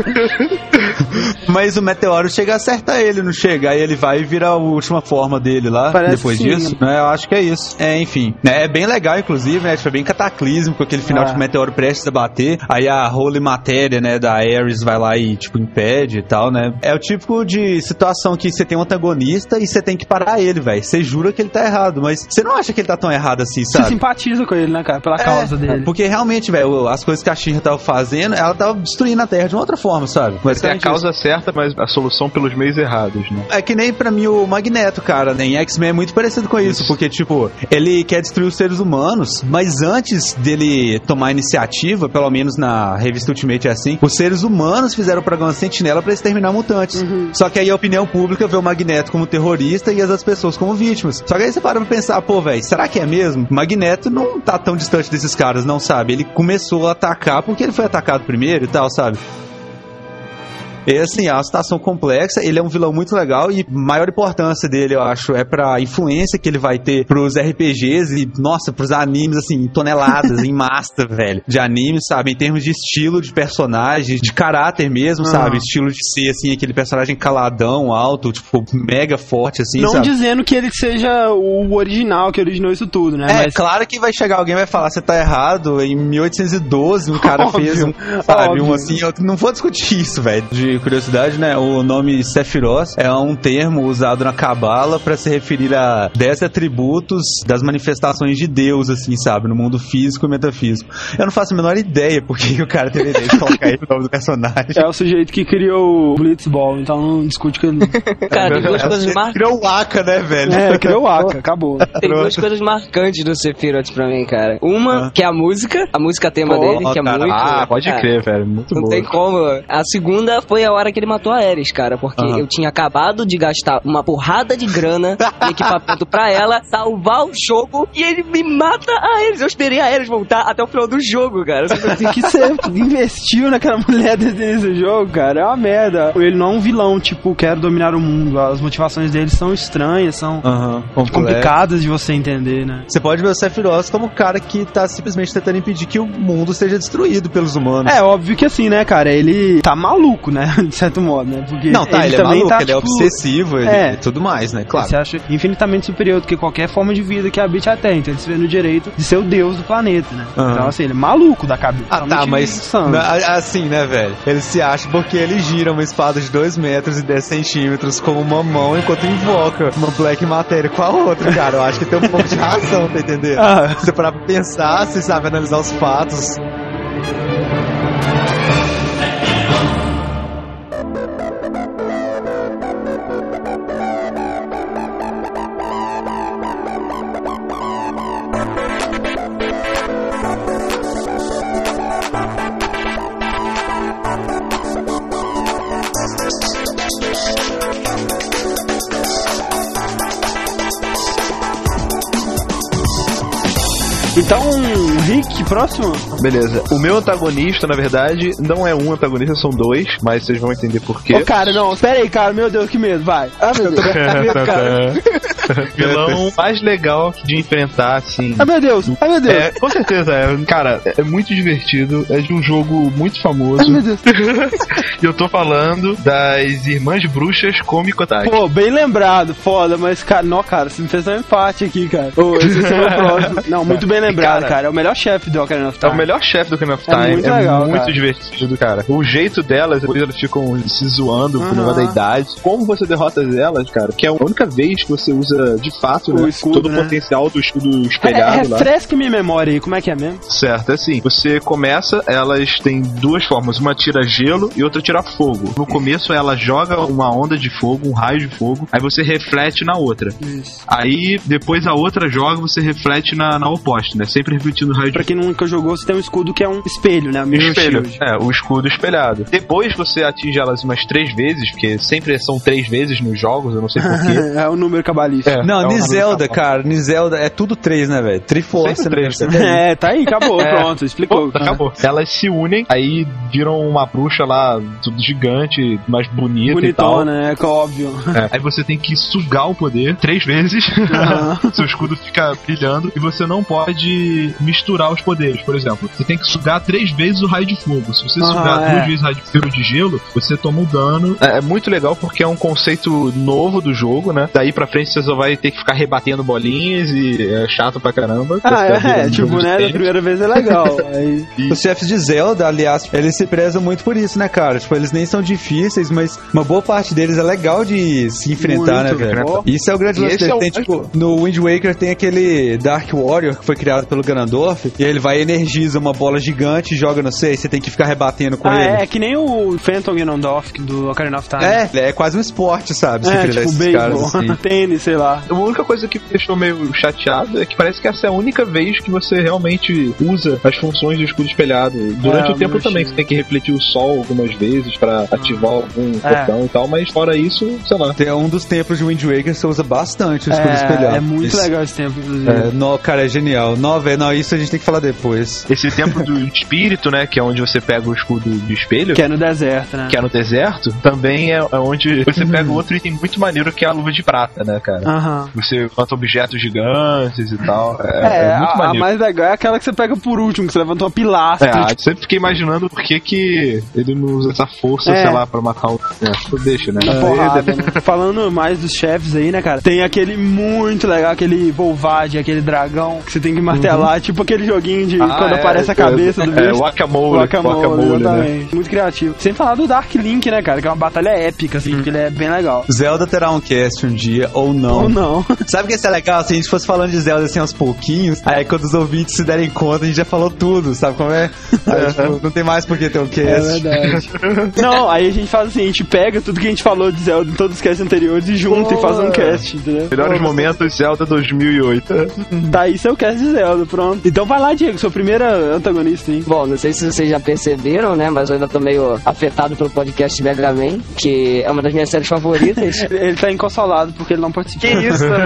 Mas o meteoro chega a acertar ele, não chega? Aí ele vai e vira a última forma dele lá, parece depois sim, disso, né? Eu acho que é isso. Enfim, né? É bem legal, inclusive, né? Foi bem cataclísmico, aquele final de meteoro prestes a bater, aí a Holy Matéria, né, da Ares vai lá e, tipo, impede e tal, né? É o tipo de situação que você tem um antagonista e você tem que parar ele, velho. Você jura que ele tá errado, mas você não acha que ele tá tão errado assim, sabe? Você simpatiza com ele, né, cara? Pela causa dele. Porque realmente, velho, as coisas que a Shinra tava fazendo, ela tava destruindo a Terra de uma outra forma, sabe? Mas tem a causa certa, mas a solução pelos meios errados, né? É que nem pra mim o Magneto, cara, né? Em X-Men é muito parecido com isso, porque, tipo, ele quer destruir os seres humanos, mas antes dele tomar a iniciativa, pelo menos na revista Ultimate é assim, os seres humanos fizeram o programa Sentinela pra exterminar mutantes. Só que aí a opinião pública vê o Magneto como terrorista e as outras pessoas como vítimas. Só que aí você para pra pensar, pô, velho, será que é mesmo? O Magneto não tá tão distante desses caras, não, sabe? Ele começou a atacar porque ele foi atacado primeiro e tal, sabe? E assim, é uma situação complexa, ele é um vilão muito legal e a maior importância dele, eu acho, é pra influência que ele vai ter pros RPGs e, nossa, pros animes, assim, toneladas em massa, velho, de animes, sabe, em termos de estilo, de personagem, de caráter mesmo, sabe, estilo de ser, assim, aquele personagem caladão, alto, tipo, mega forte, assim, não sabe? dizendo que ele seja o original, que originou isso tudo, né? Mas... claro que vai chegar alguém e vai falar, você tá errado, em 1812 um cara fez um, sabe, um assim, eu não vou discutir isso, velho. De curiosidade, né, o nome Sephiroth é um termo usado na Cabala pra se referir a 10 atributos das manifestações de Deus, assim, sabe, no mundo físico e metafísico. Eu não faço a menor ideia por que o cara teve ideia de colocar aí o nome do personagem. É o sujeito que criou o Blitzball, então não discute com ele. Cara, tem duas coisas marcantes. Criou o Aka, né, velho? Criou o Aka, acabou. Tem duas coisas marcantes do Sephiroth pra mim, cara. Uma, que é a música tema dele, que é cara, muito... pode crer, velho, muito não boa. tem como. A segunda foi a hora que ele matou a Ares, cara, porque eu tinha acabado de gastar uma porrada de grana e equipamento pra ela, salvar o jogo, e ele me mata a Ares. Eu esperei a Ares voltar até o final do jogo, cara. Que você investiu naquela mulher desde esse jogo, cara, é uma merda. Ele não é um vilão, tipo, quero dominar o mundo. As motivações dele são estranhas, são complicadas de você entender, né? Você pode ver o Sephiroth como o cara que tá simplesmente tentando impedir que o mundo seja destruído pelos humanos. É óbvio que assim, né, cara, ele tá maluco, né? de certo modo, né? Porque Não, tá, ele é também maluco, tá, ele é obsessivo e tudo mais, né? Claro. Você acha infinitamente superior do que qualquer forma de vida que habite a Terra. Então ele se vê no direito de ser o deus do planeta, né? Então, assim, ele é maluco da cabeça. Ah, tá, mas assim, né, velho? Ele se acha porque ele gira uma espada de 2 metros e 10 centímetros com uma mão enquanto invoca uma Black Matéria com a outra, cara. Eu acho que tem um pouco de razão, tá entendendo? Se você parar pra pensar, você sabe analisar os fatos. Então, Rick, próximo? Beleza. O meu antagonista, na verdade, não é um antagonista, são 2, mas vocês vão entender por quê. Ô, cara, não, espera aí, cara, meu Deus, que medo, vai. Ah, meu Deus. Vilão mais legal de enfrentar, assim. Ah, meu Deus, ai, meu Deus. Com certeza, cara, é muito divertido, é de um jogo muito famoso. Ai, meu Deus. E eu tô falando das Irmãs Bruxas Cômico Attack. Pô, bem lembrado, foda, mas, cara, não, cara, você me fez um empate aqui, cara. Ô, esse é o meu próximo. Não, muito bem lembrado, cara. É o melhor chefe do Ocarina of Time. É o melhor chefe do Ocarina of Time. Muito legal, muito divertido, cara. O jeito delas, depois elas ficam se zoando por causa da idade. Como você derrota elas, cara, que é a única vez que você usa, de fato, né, escudo, todo o potencial do escudo espelhado lá. Refresca minha memória aí, como é que é mesmo? Certo, é assim. Você começa, elas têm 2 formas. Uma tira gelo e outra tira fogo. No começo, ela joga uma onda de fogo, um raio de fogo. Aí você reflete na outra. Isso. Aí, depois a outra joga, você reflete na oposta, né? Sempre repetindo o raio de fogo. Pra quem nunca jogou, você tem um escudo que é um espelho, né? Espelho. O escudo espelhado. Depois você atinge elas umas 3 vezes, porque sempre são 3 vezes nos jogos, eu não sei porquê. É o número cabalístico. Não, Nizelda, cara, Nizelda é tudo 3, né, velho? Triforce, né? Tá aí, acabou, pronto, explicou. Acabou. Elas se unem, aí viram uma bruxa lá, tudo gigante, mais bonita e tal. Bonitona, né? Óbvio. Aí você tem que sugar o poder 3 vezes, seu escudo fica brilhando, e você não pode misturar os poderes, por exemplo. Você tem que sugar 3 vezes o raio de fogo. Se você sugar 2 vezes o raio de fogo de gelo, você toma um dano. É muito legal porque é um conceito novo do jogo, né? Daí pra frente você só vai ter que ficar rebatendo bolinhas e é chato pra caramba. Tipo, né? Da primeira vez é legal. Aí... Os chefes de Zelda, aliás, eles se prezam muito por isso, né, cara? Tipo, eles nem são difíceis, mas uma boa parte deles é legal de se enfrentar, muito, né, velho? Isso é o grande lance dele. Tem, tipo, no Wind Waker tem aquele Dark Warrior que foi criado pelo Ganondorf, e ele vai e energiza uma bola gigante e joga, não sei, você tem que ficar rebatendo com ele. É que nem o Phantom Ganondorf do Ocarina of Time. É quase um esporte, sabe? Você tipo esses beisebol, caras assim. tênis, sei lá. A única coisa que me deixou meio chateado é que parece que essa é a única vez que você realmente usa as funções do escudo espelhado. Durante o tempo também você tem que refletir o sol algumas vezes pra ativar algum botão e tal, mas fora isso, sei lá. Tem um dos templos de Wind Waker que você usa bastante o escudo espelhado. É muito legal esse templo, inclusive. Cara, é genial. Não, isso a gente tem que falar depois. Esse templo do espírito, né, que é onde você pega o escudo de espelho. Que é no deserto, né? Que é no deserto, também é onde você pega outro item muito maneiro que é a luva de prata, né, cara? Você levanta objetos gigantes e tal. É muito maneiro. A mais legal é aquela que você pega por último, que você levanta uma pilastra. Sempre fiquei imaginando por que ele não usa essa força, sei lá, pra matar o... deixa, né? Porrada, né? Falando mais dos chefes aí, né, cara? Tem aquele muito legal, aquele Volvade, aquele dragão que você tem que martelar, tipo aquele joguinho de quando aparece a cabeça do bicho. Guacamole, exatamente. Né? Muito criativo. Sem falar do Dark Link, né, cara? Que é uma batalha épica, assim, porque ele é bem legal. Zelda terá um cast um dia, ou não. Ou não. Sabe o que ia ser legal? Se a gente fosse falando de Zelda assim aos pouquinhos, aí quando os ouvintes se derem conta, a gente já falou tudo, sabe como é? Aí, tipo, não tem mais por que ter um cast. É verdade. Não, aí a gente faz assim, a gente pega tudo que a gente falou de Zelda em todos os casts anteriores e junta e faz um cast, entendeu? Melhores momentos Zelda 2008. Daí seu cast de Zelda, pronto. Então vai lá, Diego, sua primeira antagonista, hein? Bom, não sei se vocês já perceberam, né, mas eu ainda tô meio afetado pelo podcast Mega Man, que é uma das minhas séries favoritas. Ele tá inconsolado porque ele não participa. Que isso, né?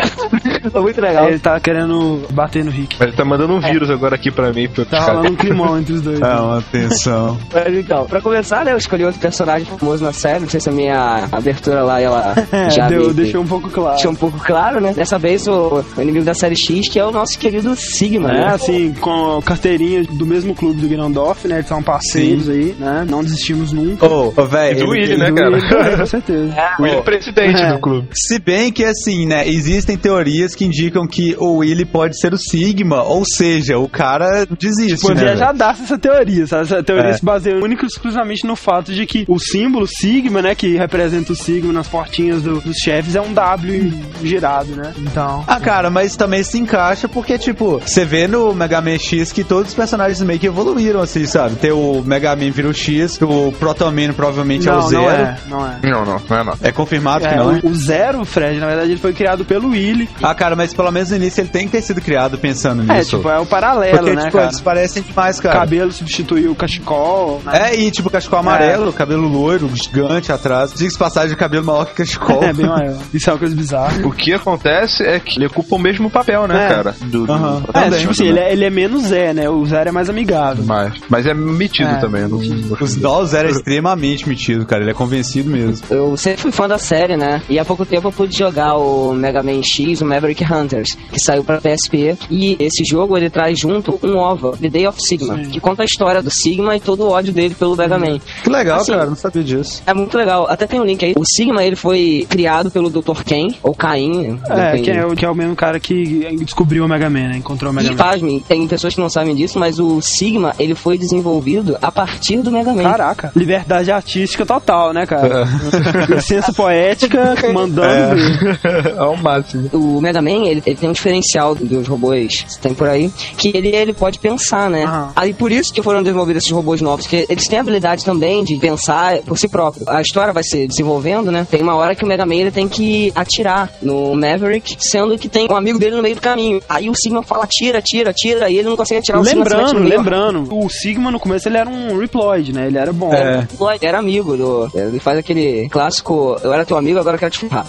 Foi muito legal. Ele tá querendo bater no Rick. Mas ele tá mandando um vírus agora aqui pra mim. Tá rolando um climão entre os dois. Uma tensão. Mas então, pra começar, né, eu escolhi outro personagem famoso na série, não sei se a minha abertura lá, ela já deixou um pouco claro. Deixou um pouco claro, né? Dessa vez o inimigo da série X, que é o nosso querido querido Sigma, né? né? Assim, com carteirinha do mesmo clube do Ganondorf, né? Eles são parceiros aí, né? Não desistimos nunca. Velho. E do Willy, né, cara? Willy, com certeza. O Willy é presidente do clube. Se bem que, assim, né, existem teorias que indicam que o Willy pode ser o Sigma, ou seja, o cara desiste, Podia né? já dar essa teoria, sabe? Essa teoria se baseia única e exclusivamente no fato de que o símbolo Sigma, né, que representa o Sigma nas portinhas dos chefes, é um W girado, né? Então... Ah, cara, mas também se encaixa porque, tipo, você vê no Mega Man X que todos os personagens meio que evoluíram, assim, sabe? Tem o Mega Man vira o X, o Proto Man provavelmente é o Zero. Não é. Não. É confirmado que não é? O Zero, Fred, na verdade, ele foi criado pelo Willy. Ah, cara, mas pelo menos no início ele tem que ter sido criado pensando nisso. É o paralelo, porque, né, tipo, cara? eles parecem demais, cara. O cabelo substituiu o cachecol, né? E tipo, cachecol amarelo, cabelo loiro, gigante atrás. Diga-se passagem de cabelo maior que cachecol. É, bem maior. Isso é uma coisa bizarra. O que acontece é que ele ocupa o mesmo papel, né, cara? Tipo assim, ele é menos Zé, né? O Zero é mais amigável. Mas é metido também. O Zero é extremamente metido, cara. Ele é convencido mesmo. Eu sempre fui fã da série, né? E há pouco tempo eu pude jogar o Mega Man X, o Maverick Hunters, que saiu pra PSP. E esse jogo, ele traz junto um OVA, The Day of Sigma, que conta a história do Sigma e todo o ódio dele pelo Mega Man. Que legal, assim, cara. Não sabia disso. É muito legal. Até tem um link aí. O Sigma, ele foi criado pelo Dr. Ken, ou Caim. Que é o mesmo cara que descobriu o Mega Man, né? Encontrou o Mega Man. E pasmem, tem pessoas que não sabem disso, mas o Sigma, ele foi desenvolvido a partir do Mega Man. Caraca, liberdade artística total, né, cara? Licença poética, mandando ver. É o máximo. O Mega Man, ele tem um diferencial dos robôs que tem por aí, que ele pode pensar, né? Aí por isso que foram desenvolvidos esses robôs novos, porque eles têm a habilidade também de pensar por si próprio. A história vai se desenvolvendo, né? Tem uma hora que o Mega Man ele tem que atirar no Maverick, sendo que tem um amigo dele no meio do caminho. Aí o Sigma fala, atira, e ele não consegue atirar. Lembrando, o Sigma no começo ele era um Reploid, né? Ele era bom. Reploid era amigo do... Ele faz aquele clássico, eu era teu amigo, agora eu quero te ferrar.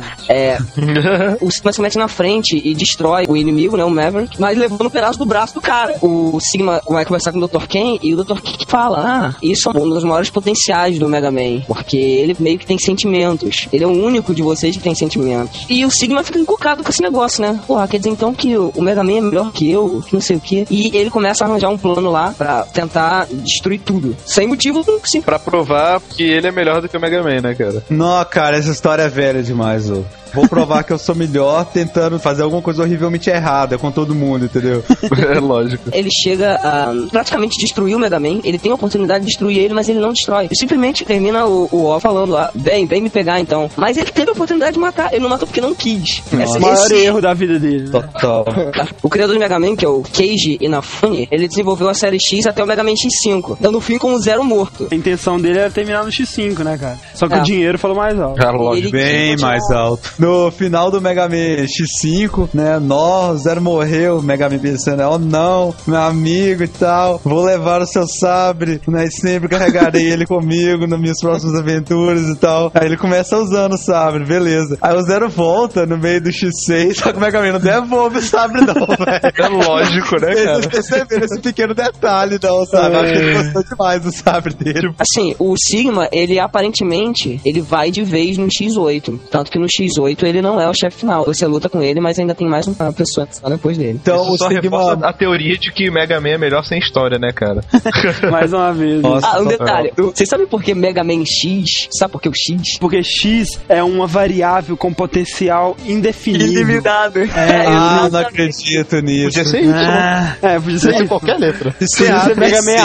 Exatamente. O Sigma se mete na frente e destrói o inimigo, né? O Maverick, mas levando um pedaço do braço do cara. O Sigma vai conversar com o Dr. Ken e o Dr. Ken fala, isso é um dos maiores potenciais do Mega Man, porque ele meio que tem sentimentos. Ele é o único de vocês que tem sentimentos. E o Sigma fica encucado com esse negócio, né? Porra, quer dizer então que o Mega Man é melhor que eu, que não sei o que. E ele começa a arranjar um plano lá pra tentar destruir tudo. Sem motivo, sim. Pra provar que ele é melhor do que o Mega Man, né, cara? Não, cara, essa história é velha demais, ô. Vou provar que eu sou melhor tentando fazer alguma coisa horrivelmente errada com todo mundo, entendeu? É lógico. Ele chega a praticamente destruir o Mega Man. Ele tem a oportunidade de destruir ele, mas ele não destrói. Ele simplesmente termina o O falando lá, vem me pegar então. Mas ele teve a oportunidade de matar. Ele não matou porque não quis. Esse é o maior erro da vida dele, né? Total. O criador do Mega Man, que é o Keiji Inafune, ele desenvolveu a série X até o Mega Man X5, dando fim com o Zero morto. A intenção dele era terminar no X5, né, cara? Só que o dinheiro falou mais alto. Lógico. Bem mais alto. No final do Mega Man X5, né? O Zero morreu, o Mega Man pensando, oh não, meu amigo e tal, vou levar o seu sabre, né? E sempre carregarei ele comigo nas minhas próximas aventuras e tal. Aí ele começa usando o sabre, beleza. Aí o Zero volta no meio do X6, só que o Mega Man não devolve o sabre não, velho. É lógico, né, cara? Vocês perceberam esse pequeno detalhe não, sabe? Acho que ele gostou demais do sabre dele. Assim, o Sigma, ele aparentemente, ele vai de vez no X8. Tanto que no X8 ele não é o chefe final. Você luta com ele, mas ainda tem mais uma pessoa depois dele. Então, isso o só Sigma... reforça a teoria de que Mega Man é melhor sem história, né, cara? Mais uma vez. Nossa, um detalhe. Vocês sabem por que Mega Man X? Sabe por que o X? Porque X é uma variável com potencial indefinido. Ilimitado. Não acredito nisso. Podia ser Y. Podia ser qualquer letra. Podia ser Mega Man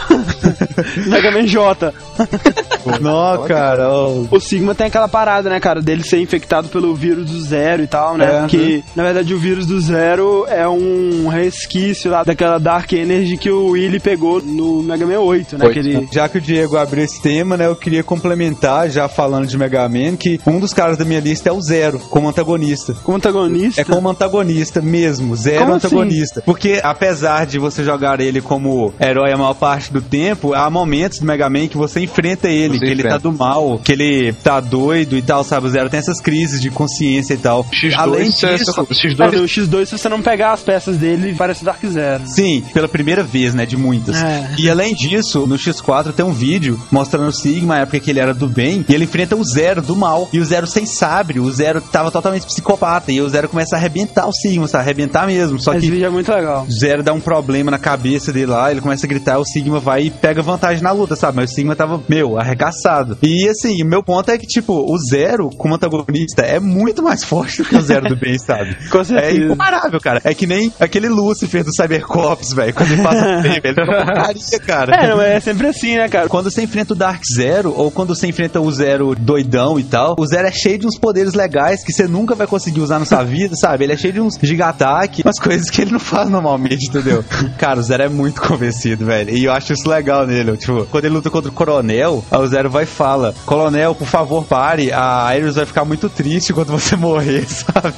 A. Mega Man J. Não, cara. O Sigma tem aquela parada, né, cara, dele ser infectado pelo vírus do Zero e tal, né? Porque, na verdade, o vírus do Zero é um resquício lá daquela Dark Energy que o Willy pegou no Mega Man 8, né? Já que o Diego abriu esse tema, né, eu queria complementar, já falando de Mega Man, que um dos caras da minha lista é o Zero, como antagonista. Como antagonista? É como antagonista mesmo, Zero como antagonista. Assim? Porque, apesar de você jogar ele como herói a maior parte do tempo, há momentos do Mega Man que você enfrenta ele dele, que ele tá do mal, que ele tá doido e tal, sabe? O Zero tem essas crises de consciência e tal. X2, além disso... O X2, se você não pegar as peças dele, parece Dark Zero. Sim, pela primeira vez, né, de muitas. E além disso, no X4 tem um vídeo mostrando o Sigma, a época que ele era do bem, e ele enfrenta o Zero do mal. E o Zero sem sabre, o Zero tava totalmente psicopata, e o Zero começa a arrebentar o Sigma, sabe? Arrebentar mesmo. Só esse que vídeo é muito legal. O Zero dá um problema na cabeça dele lá, ele começa a gritar, o Sigma vai e pega vantagem na luta, sabe? Mas o Sigma tava, arregaçado. E assim, o meu ponto é que, tipo, o Zero, como antagonista, é muito mais forte do que o Zero do bem, sabe? Com certeza. É incomparável, cara. É que nem aquele Lúcifer do Cybercops, velho. Quando ele passa bem, velho, ele fica porcaria, cara. Não, é sempre assim, né, cara? Quando você enfrenta o Dark Zero, ou quando você enfrenta o Zero doidão e tal, o Zero é cheio de uns poderes legais que você nunca vai conseguir usar na sua vida, sabe? Ele é cheio de uns giga-ataque, umas coisas que ele não faz normalmente, entendeu? Cara, o Zero é muito convencido, velho. E eu acho isso legal nele. Tipo, quando ele luta contra o Coronel, o Zero vai e fala: Coronel, por favor, pare. A Ares vai ficar muito triste quando você morrer, sabe?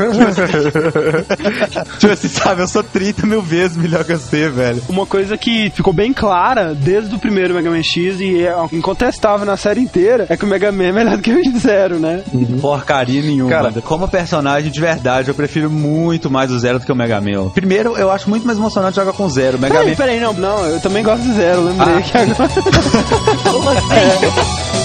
Tipo assim, sabe? Eu sou 30 mil vezes melhor que você, velho. Uma coisa que ficou bem clara desde o primeiro Mega Man X e é incontestável na série inteira é que o Mega Man é melhor do que o Zero, né? Porcaria nenhuma. Cara, como personagem de verdade, eu prefiro muito mais o Zero do que o Mega Man. Primeiro, eu acho muito mais emocionante jogar com o Zero. Peraí, não, eu também gosto do Zero, lembrei que agora. Como assim?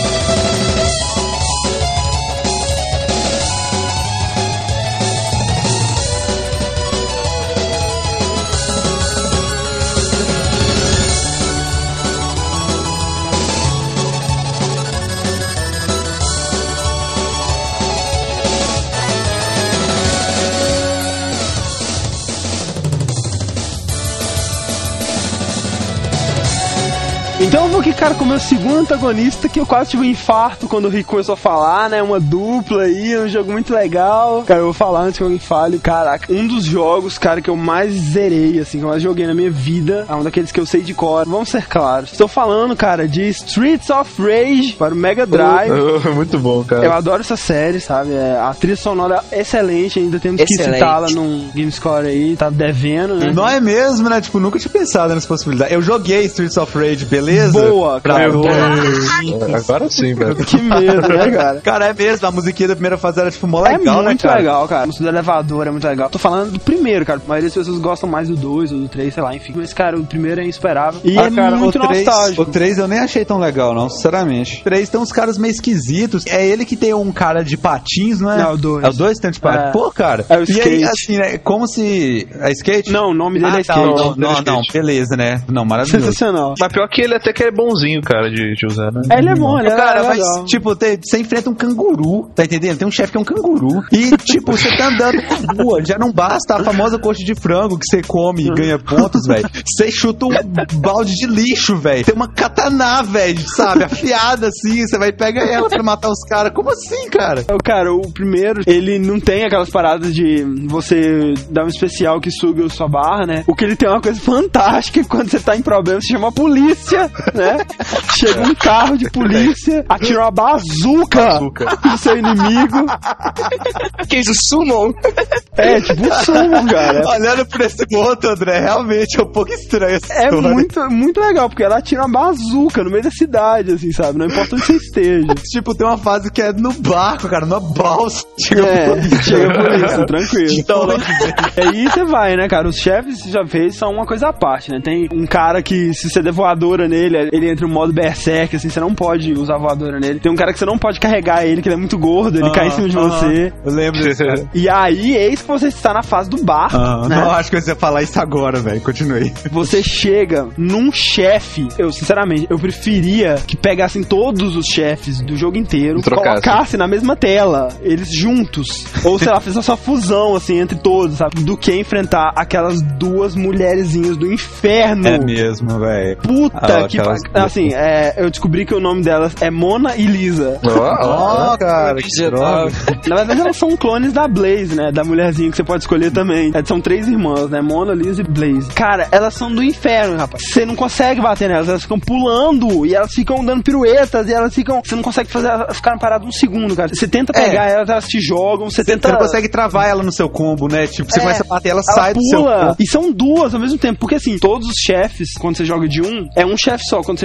Então eu vou aqui, cara, com o meu segundo antagonista, que eu quase tive um infarto quando o Rick começou a falar, né? Uma dupla aí, um jogo muito legal. Cara, eu vou falar antes que alguém fale. Caraca, um dos jogos, cara, que eu mais zerei, assim, que eu mais joguei na minha vida, é um daqueles que eu sei de cor. Vamos ser claros. Estou falando, cara, de Streets of Rage para o Mega Drive. Muito bom, cara. Eu adoro essa série, sabe? A trilha sonora é excelente, ainda temos que citá-la num GameScore aí, tá devendo, né? Não é mesmo, né? Tipo, nunca tinha pensado nessa possibilidade. Eu joguei Streets of Rage, beleza? Boa, cara. Agora sim, velho. Que medo, né, cara? Cara, é mesmo. A musiquinha da primeira fase era, tipo, mó legal, né, cara? É muito legal, cara. A música do elevador é muito legal. Tô falando do primeiro, cara. A maioria das pessoas gostam mais do 2 ou do 3, sei lá, enfim. Mas, cara, o primeiro é insuperável. E cara, muito nostálgico. O 3 eu nem achei tão legal, não, sinceramente. O 3 tem uns caras meio esquisitos. É ele que tem um cara de patins, não é? Não, o 2. É o 2 que tem de patins? É. Pô, cara. É o skate. E aí, assim, né? Como se... É skate? Não, o nome dele é skate. Não, beleza, né? Não, maravilhoso. Sensacional. Mas pior que ele até que é bonzinho, cara, de usar, né? Ele é bom, ele é cara, legal. mas, tipo, você enfrenta um canguru, tá entendendo? Tem um chefe que é um canguru. E, tipo, você tá andando na rua, já não basta a famosa coxa de frango que você come e ganha pontos, velho. Você chuta um balde de lixo, velho. Tem uma katana, velho, sabe? Afiada, assim, você vai pegar ela pra matar os caras. Como assim, cara? Cara, o primeiro, ele não tem aquelas paradas de você dar um especial que suga a sua barra, né? O que ele tem é uma coisa fantástica, quando você tá em problema, você chama a polícia, né? Chega um carro de polícia, atira uma bazuca no seu inimigo. Que isso, summon? É, tipo um summon, cara. Olhando por esse ponto, André, realmente é um pouco estranho essa É história. muito legal, porque ela atira uma bazuca no meio da cidade, assim, sabe? Não importa onde você esteja. Tipo, tem uma fase que é no barco, cara, numa balsa. Chega por isso, tranquilo. Então, aí você vai, né, cara? Os chefes, já fez, são uma coisa à parte, né? Tem um cara que, se você der voadora nele, ele entra no modo berserk, assim, você não pode usar voadora nele. Tem um cara que você não pode carregar ele, que ele é muito gordo, ele cai em cima de você. Eu lembro disso. E aí, eis que você está na fase do barco, né? Não, acho que você ia falar isso agora, velho. Continuei. Você chega num chefe, eu, sinceramente, eu preferia que pegassem todos os chefes do jogo inteiro, colocassem na mesma tela, eles juntos. Ou, sei lá, fizesse uma fusão, assim, entre todos, sabe? Do que enfrentar aquelas duas mulherzinhas do inferno. É mesmo, velho. Puta que... Assim, eu descobri que o nome delas é Mona e Lisa. Cara, que droga. Na verdade, elas são clones da Blaze, né? Da mulherzinha que você pode escolher também. São 3 irmãs, né? Mona, Lisa e Blaze. Cara, elas são do inferno, rapaz. Você não consegue bater nelas. Elas ficam pulando e elas ficam dando piruetas e elas ficam... Você não consegue fazer elas ficarem paradas um segundo, cara. Você tenta pegar elas, elas te jogam. Você tenta... Você não consegue travar ela no seu combo, né? Tipo, você começa a bater, ela sai do seu combo. E são duas ao mesmo tempo. Porque, assim, todos os chefes, quando você joga de um, é um chefe só. Quando você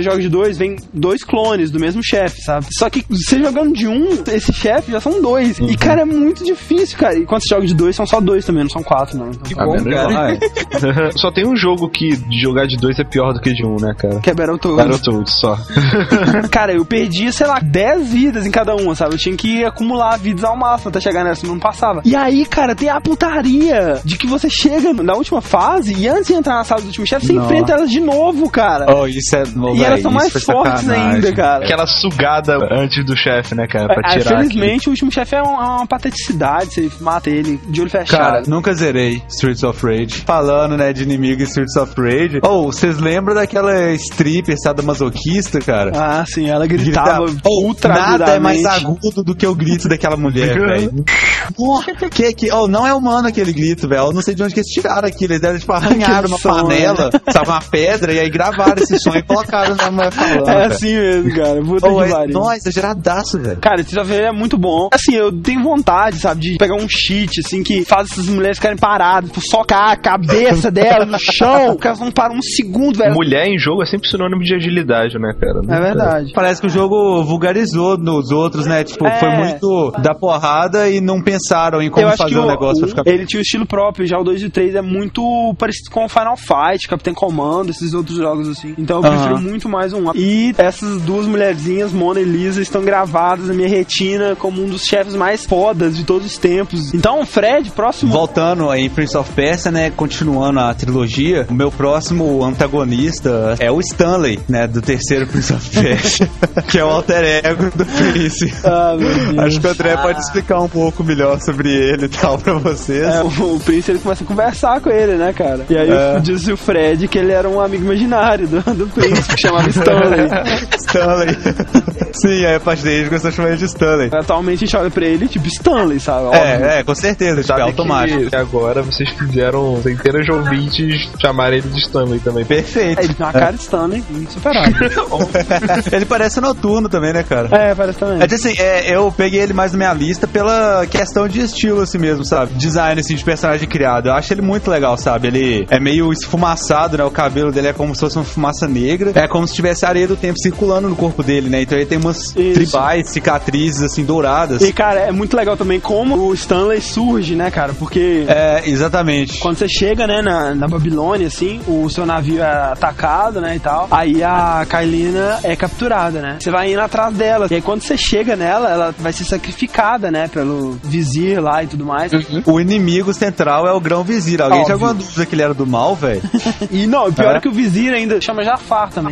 joga de 2, vem 2 clones do mesmo chefe, sabe? Só que você jogando de 1, esse chefe já são 2. E, cara, é muito difícil, cara. E quando você joga de 2, são só 2 também, não são 4, não. Que bom, cara. Só tem um jogo que de jogar de 2 é pior do que de 1, né, cara? Que é Battletoads. Battletoads, só. Cara, eu perdia, sei lá, 10 vidas em cada uma, sabe? Eu tinha que acumular vidas ao máximo até chegar nessa, não passava. E aí, cara, tem a putaria de que você chega na última fase e antes de entrar na sala do último chefe, você enfrenta elas de novo, cara. Oh, isso é... E elas são mais fortes ainda, cara. Aquela sugada antes do chefe, né, cara? Pra tirar infelizmente, o último chefe é uma pateticidade, você mata ele de olho fechado. Cara, nunca zerei Streets of Rage. Falando, né, de inimigo em Streets of Rage. Vocês lembram daquela stripper sadomasoquista, cara? Ah, sim, ela gritava ultra nada é mais agudo do que o grito daquela mulher, velho. Não é humano aquele grito, velho. Eu não sei de onde que eles tiraram aquilo. Eles devem, tipo, arranharam uma panela, sabe, uma pedra, e aí gravaram esse som e colocaram na mulher falando. É assim mesmo, cara. Puta que pariu. Nossa, exageradaço, velho. Cara, esse jogo é muito bom. Assim, eu tenho vontade, sabe, de pegar um cheat, assim, que faz essas mulheres ficarem paradas, tipo, socar a cabeça dela no chão. Elas não param um segundo, velho. Mulher em jogo é sempre sinônimo de agilidade, né, cara? É verdade. Parece que o jogo vulgarizou nos outros, né? Tipo, foi muito da porrada e não pensaram em como fazer o negócio pra ficar... Ele tinha um estilo próprio, já o 2 e o 3 é muito parecido com o Final Fight, Capitão Comando, esses outros jogos assim. Então eu prefiro muito mais um. E essas duas mulherzinhas, Mona e Lisa, estão gravadas na minha retina como um dos chefes mais fodas de todos os tempos. Então, Fred, próximo... Voltando aí em Prince of Persia, né? Continuando a trilogia, o meu próximo antagonista é o Stanley, né? Do terceiro Prince of Persia, que é o alter ego do Prince. Acho que o André pode explicar um pouco melhor sobre ele e tal pra vocês. O Prince, ele começa a conversar com ele, né, cara? E aí disse o Fred que ele era um amigo imaginário do Prince, que chamava Stanley. Stanley. Sim, aí a partir daí a gente começou a chamar ele de Stanley. Atualmente a gente olha pra ele tipo Stanley, sabe? Com certeza, tipo, é automático. Que agora vocês fizeram centenas de ouvintes chamarem ele de Stanley também. Perfeito. Ele tem uma cara de Stanley insuperável. Ele parece Noturno também, né, cara? Parece também. Assim, eu peguei ele mais na minha lista pela questão de estilo, assim mesmo, sabe? Design, assim, de personagem criado. Eu acho ele muito legal, sabe? Ele é meio esfumaçado, né? O cabelo dele é como se fosse uma fumaça negra. É como se tivesse areia do tempo circulando no corpo dele, né? Então ele tem umas tribais, cicatrizes, assim, douradas. E, cara, é muito legal também como o Stanley surge, né, cara? Porque... exatamente. Quando você chega, né, na Babilônia, assim, o seu navio é atacado, né, e tal. Aí a Kailina é capturada, né? Você vai indo atrás dela. E aí quando você chega nela, ela vai ser sacrificada, né, pelo vizir lá e tudo mais. O inimigo central é o Grão-Vizir. Alguém tinha alguma dúvida que ele era do mal, velho? E não, o pior é que o vizir ainda chama Jafar também.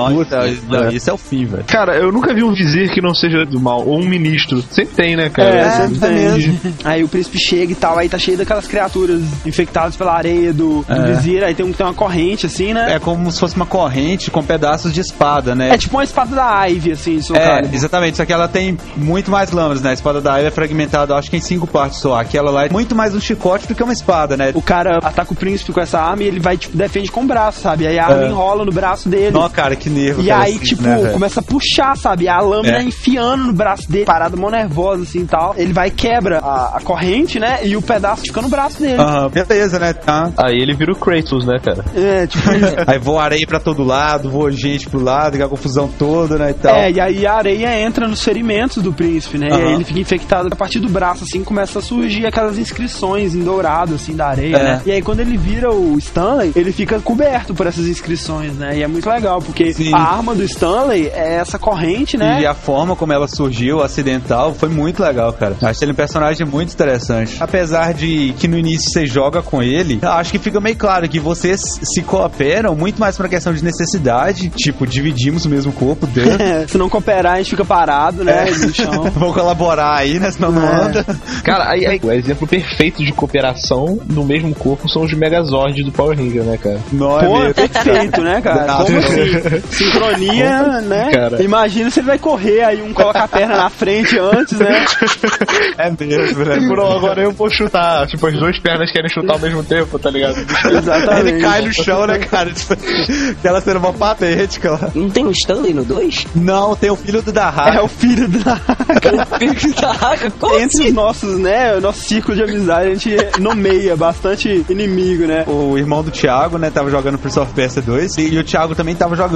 Isso é o fim, velho. Cara, eu nunca vi um vizir que não seja do mal, ou um ministro. Sempre tem, né, cara? Sempre tem. Aí o príncipe chega e tal, aí tá cheio daquelas criaturas infectadas pela areia do vizir, aí tem uma corrente, assim, né? É como se fosse uma corrente com pedaços de espada, né? É tipo uma espada da Ivy, assim, exatamente, só que ela tem muito mais lâminas, né? A espada da Ivy é fragmentada, acho que em 5 partes só. Aquela lá é muito mais um chicote do que uma espada, né? O cara ataca o príncipe com essa arma e ele vai, tipo, defende com o braço, sabe? Aí a arma enrola no braço dele. Nossa, cara, que nervo. E aí, assim, tipo, né, começa a puxar, sabe? A lâmina enfiando no braço dele, parada mó nervosa, assim, e tal. Ele vai e quebra a corrente, né? E o pedaço fica no braço dele. Beleza, né? Aí ele vira o Kratos, né, cara? Tipo... Aí voa areia pra todo lado, voa gente pro lado, aquela confusão toda, né, e tal. E aí a areia entra nos ferimentos do príncipe, né? E aí ele fica infectado a partir do braço, assim, começa a surgir aquelas inscrições em dourado, assim, da areia, né? E aí quando ele vira o Stanley, ele fica coberto por essas inscrições, né? E é muito legal, porque a arma do Stanley é essa corrente, né? E a forma como ela surgiu, acidental, foi muito legal, cara. Acho ele um personagem muito interessante. Apesar de que no início você joga com ele, acho que fica meio claro que vocês se cooperam muito mais pra questão de necessidade, tipo, dividimos o mesmo corpo dele. Se não cooperar, a gente fica parado, né? No chão. Vou colaborar aí, né? Senão não anda. Cara, aí o exemplo perfeito de cooperação no mesmo corpo são os Megazords do Power Ranger, né, cara? Perfeito, né, cara? Como assim? Sincronia, né? Cara. Imagina se ele vai correr, aí um coloca a perna na frente antes, né? É mesmo, né? Agora eu vou chutar. Tipo, as duas pernas querem chutar ao mesmo tempo, tá ligado? Exatamente. Ele cai no chão, né, cara? Tipo, aquela sendo uma patética lá. Não tem o Stanley no 2? Não, tem o filho do Dahaka. É o filho do Dahaka. O filho do Dahaka? Como Entre assim? os nossos, né, o nosso círculo de amizade, a gente nomeia bastante inimigo, né? O irmão do Thiago, né, tava jogando Prince of Persia 2 e o Thiago também tava jogando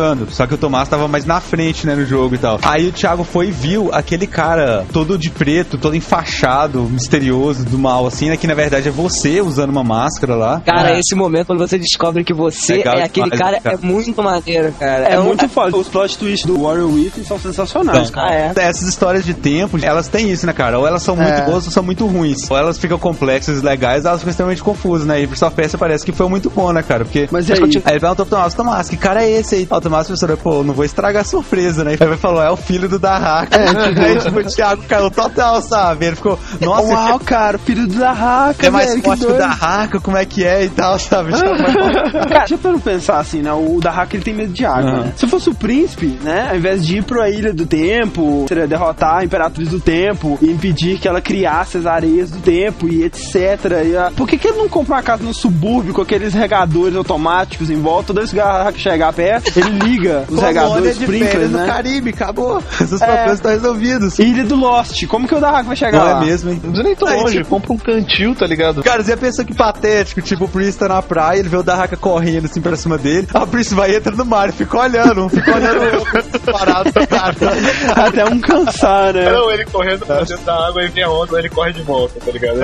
jogando. Só que o Tomás tava mais na frente, né, no jogo e tal. Aí o Thiago foi e viu aquele cara todo de preto, todo enfaixado, misterioso, do mal, assim, né? Que na verdade é você usando uma máscara lá. Cara, esse momento quando você descobre que você é aquele cara, é muito maneiro, cara. É muito foda. Os plot twists do Warrior Within são sensacionais, cara. Essas histórias de tempo, elas têm isso, né, cara? Ou elas são muito boas ou são muito ruins. Ou elas ficam complexas e legais, ou elas ficam extremamente confusas, né? E Prince of Persia parece que foi muito bom, né, cara? Porque... Mas aí ele perguntou pro Tomás, que cara é esse aí? O Tomás pensou, pô, não vou estragar a surpresa, né? Aí ele falou, é o filho do Dahaka. Aí, tipo, o Thiago caiu total, sabe? Ele ficou, nossa... Uau, cara, o filho do Dahaka, é mais forte que o Dahaka, como é que é e tal, sabe? Cara, deixa eu pensar assim, né? O Dahaka, ele tem medo de água, né? Se fosse o príncipe, né? Ao invés de ir pra Ilha do Tempo, seria derrotar a Imperatriz do Tempo e impedir que ela criasse as areias do tempo e etc. Por que ele não compra uma casa no subúrbio com aqueles regadores automáticos em volta? Toda vez que o Dahaka chegar perto, ele liga os regadores, sprinklers, né? No Caribe, acabou. Esses problemas estão resolvidos. Ilha do Lost, como que o Dahaka vai chegar lá? Não é mesmo, hein? Não precisa nem tão longe, compra um cantil, tá ligado? Cara, você pensa que patético, tipo, o Prince tá na praia, ele vê o Dahaka correndo assim pra cima dele, a Prince vai e entra no mar e fica olhando o parado, cara. Até um cansar, né? Não, ele correndo pra dentro da água e vem a onda, ele corre de volta, tá ligado?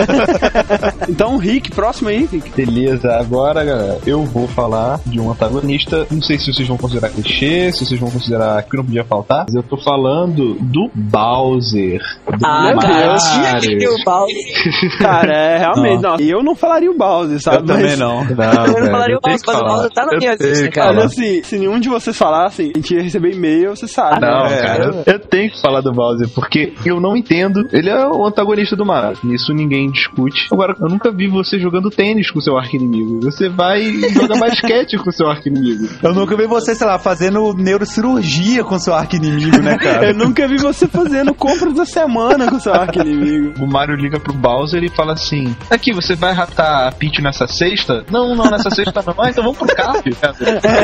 Então, Rick, próximo aí, Rick. Beleza, agora, galera, eu vou falar de um antagonista. Não sei se vocês vão considerar clichê, se vocês vão considerar que não podia faltar, mas eu tô falando do Bowser. Cara, eu tinha que ter o Bowser. Cara, realmente, não. Eu não falaria o Bowser, sabe? Eu também não. Eu não falaria o Bowser, mas o Bowser tá na minha lista, cara. Olha assim, se nenhum de vocês falasse, a gente ia receber e-mail, você sabe. Não, cara, eu tenho que falar do Bowser, porque eu não entendo. Ele é o antagonista do Mario, isso ninguém discute. Agora, eu nunca vi você jogando tênis com seu arqui-inimigo. Você vai e joga basquete com seu arqui-inimigo. Eu nunca vi você, sei lá, fazendo neurocirurgia com seu arqui-inimigo, né, cara? Eu nunca vi você fazendo compras da semana com seu arqui-inimigo. O Mario liga pro Bowser e fala assim: aqui, você vai raptar a Peach nessa sexta? Não, nessa sexta não. Ah, então vamos pro CAF, cara.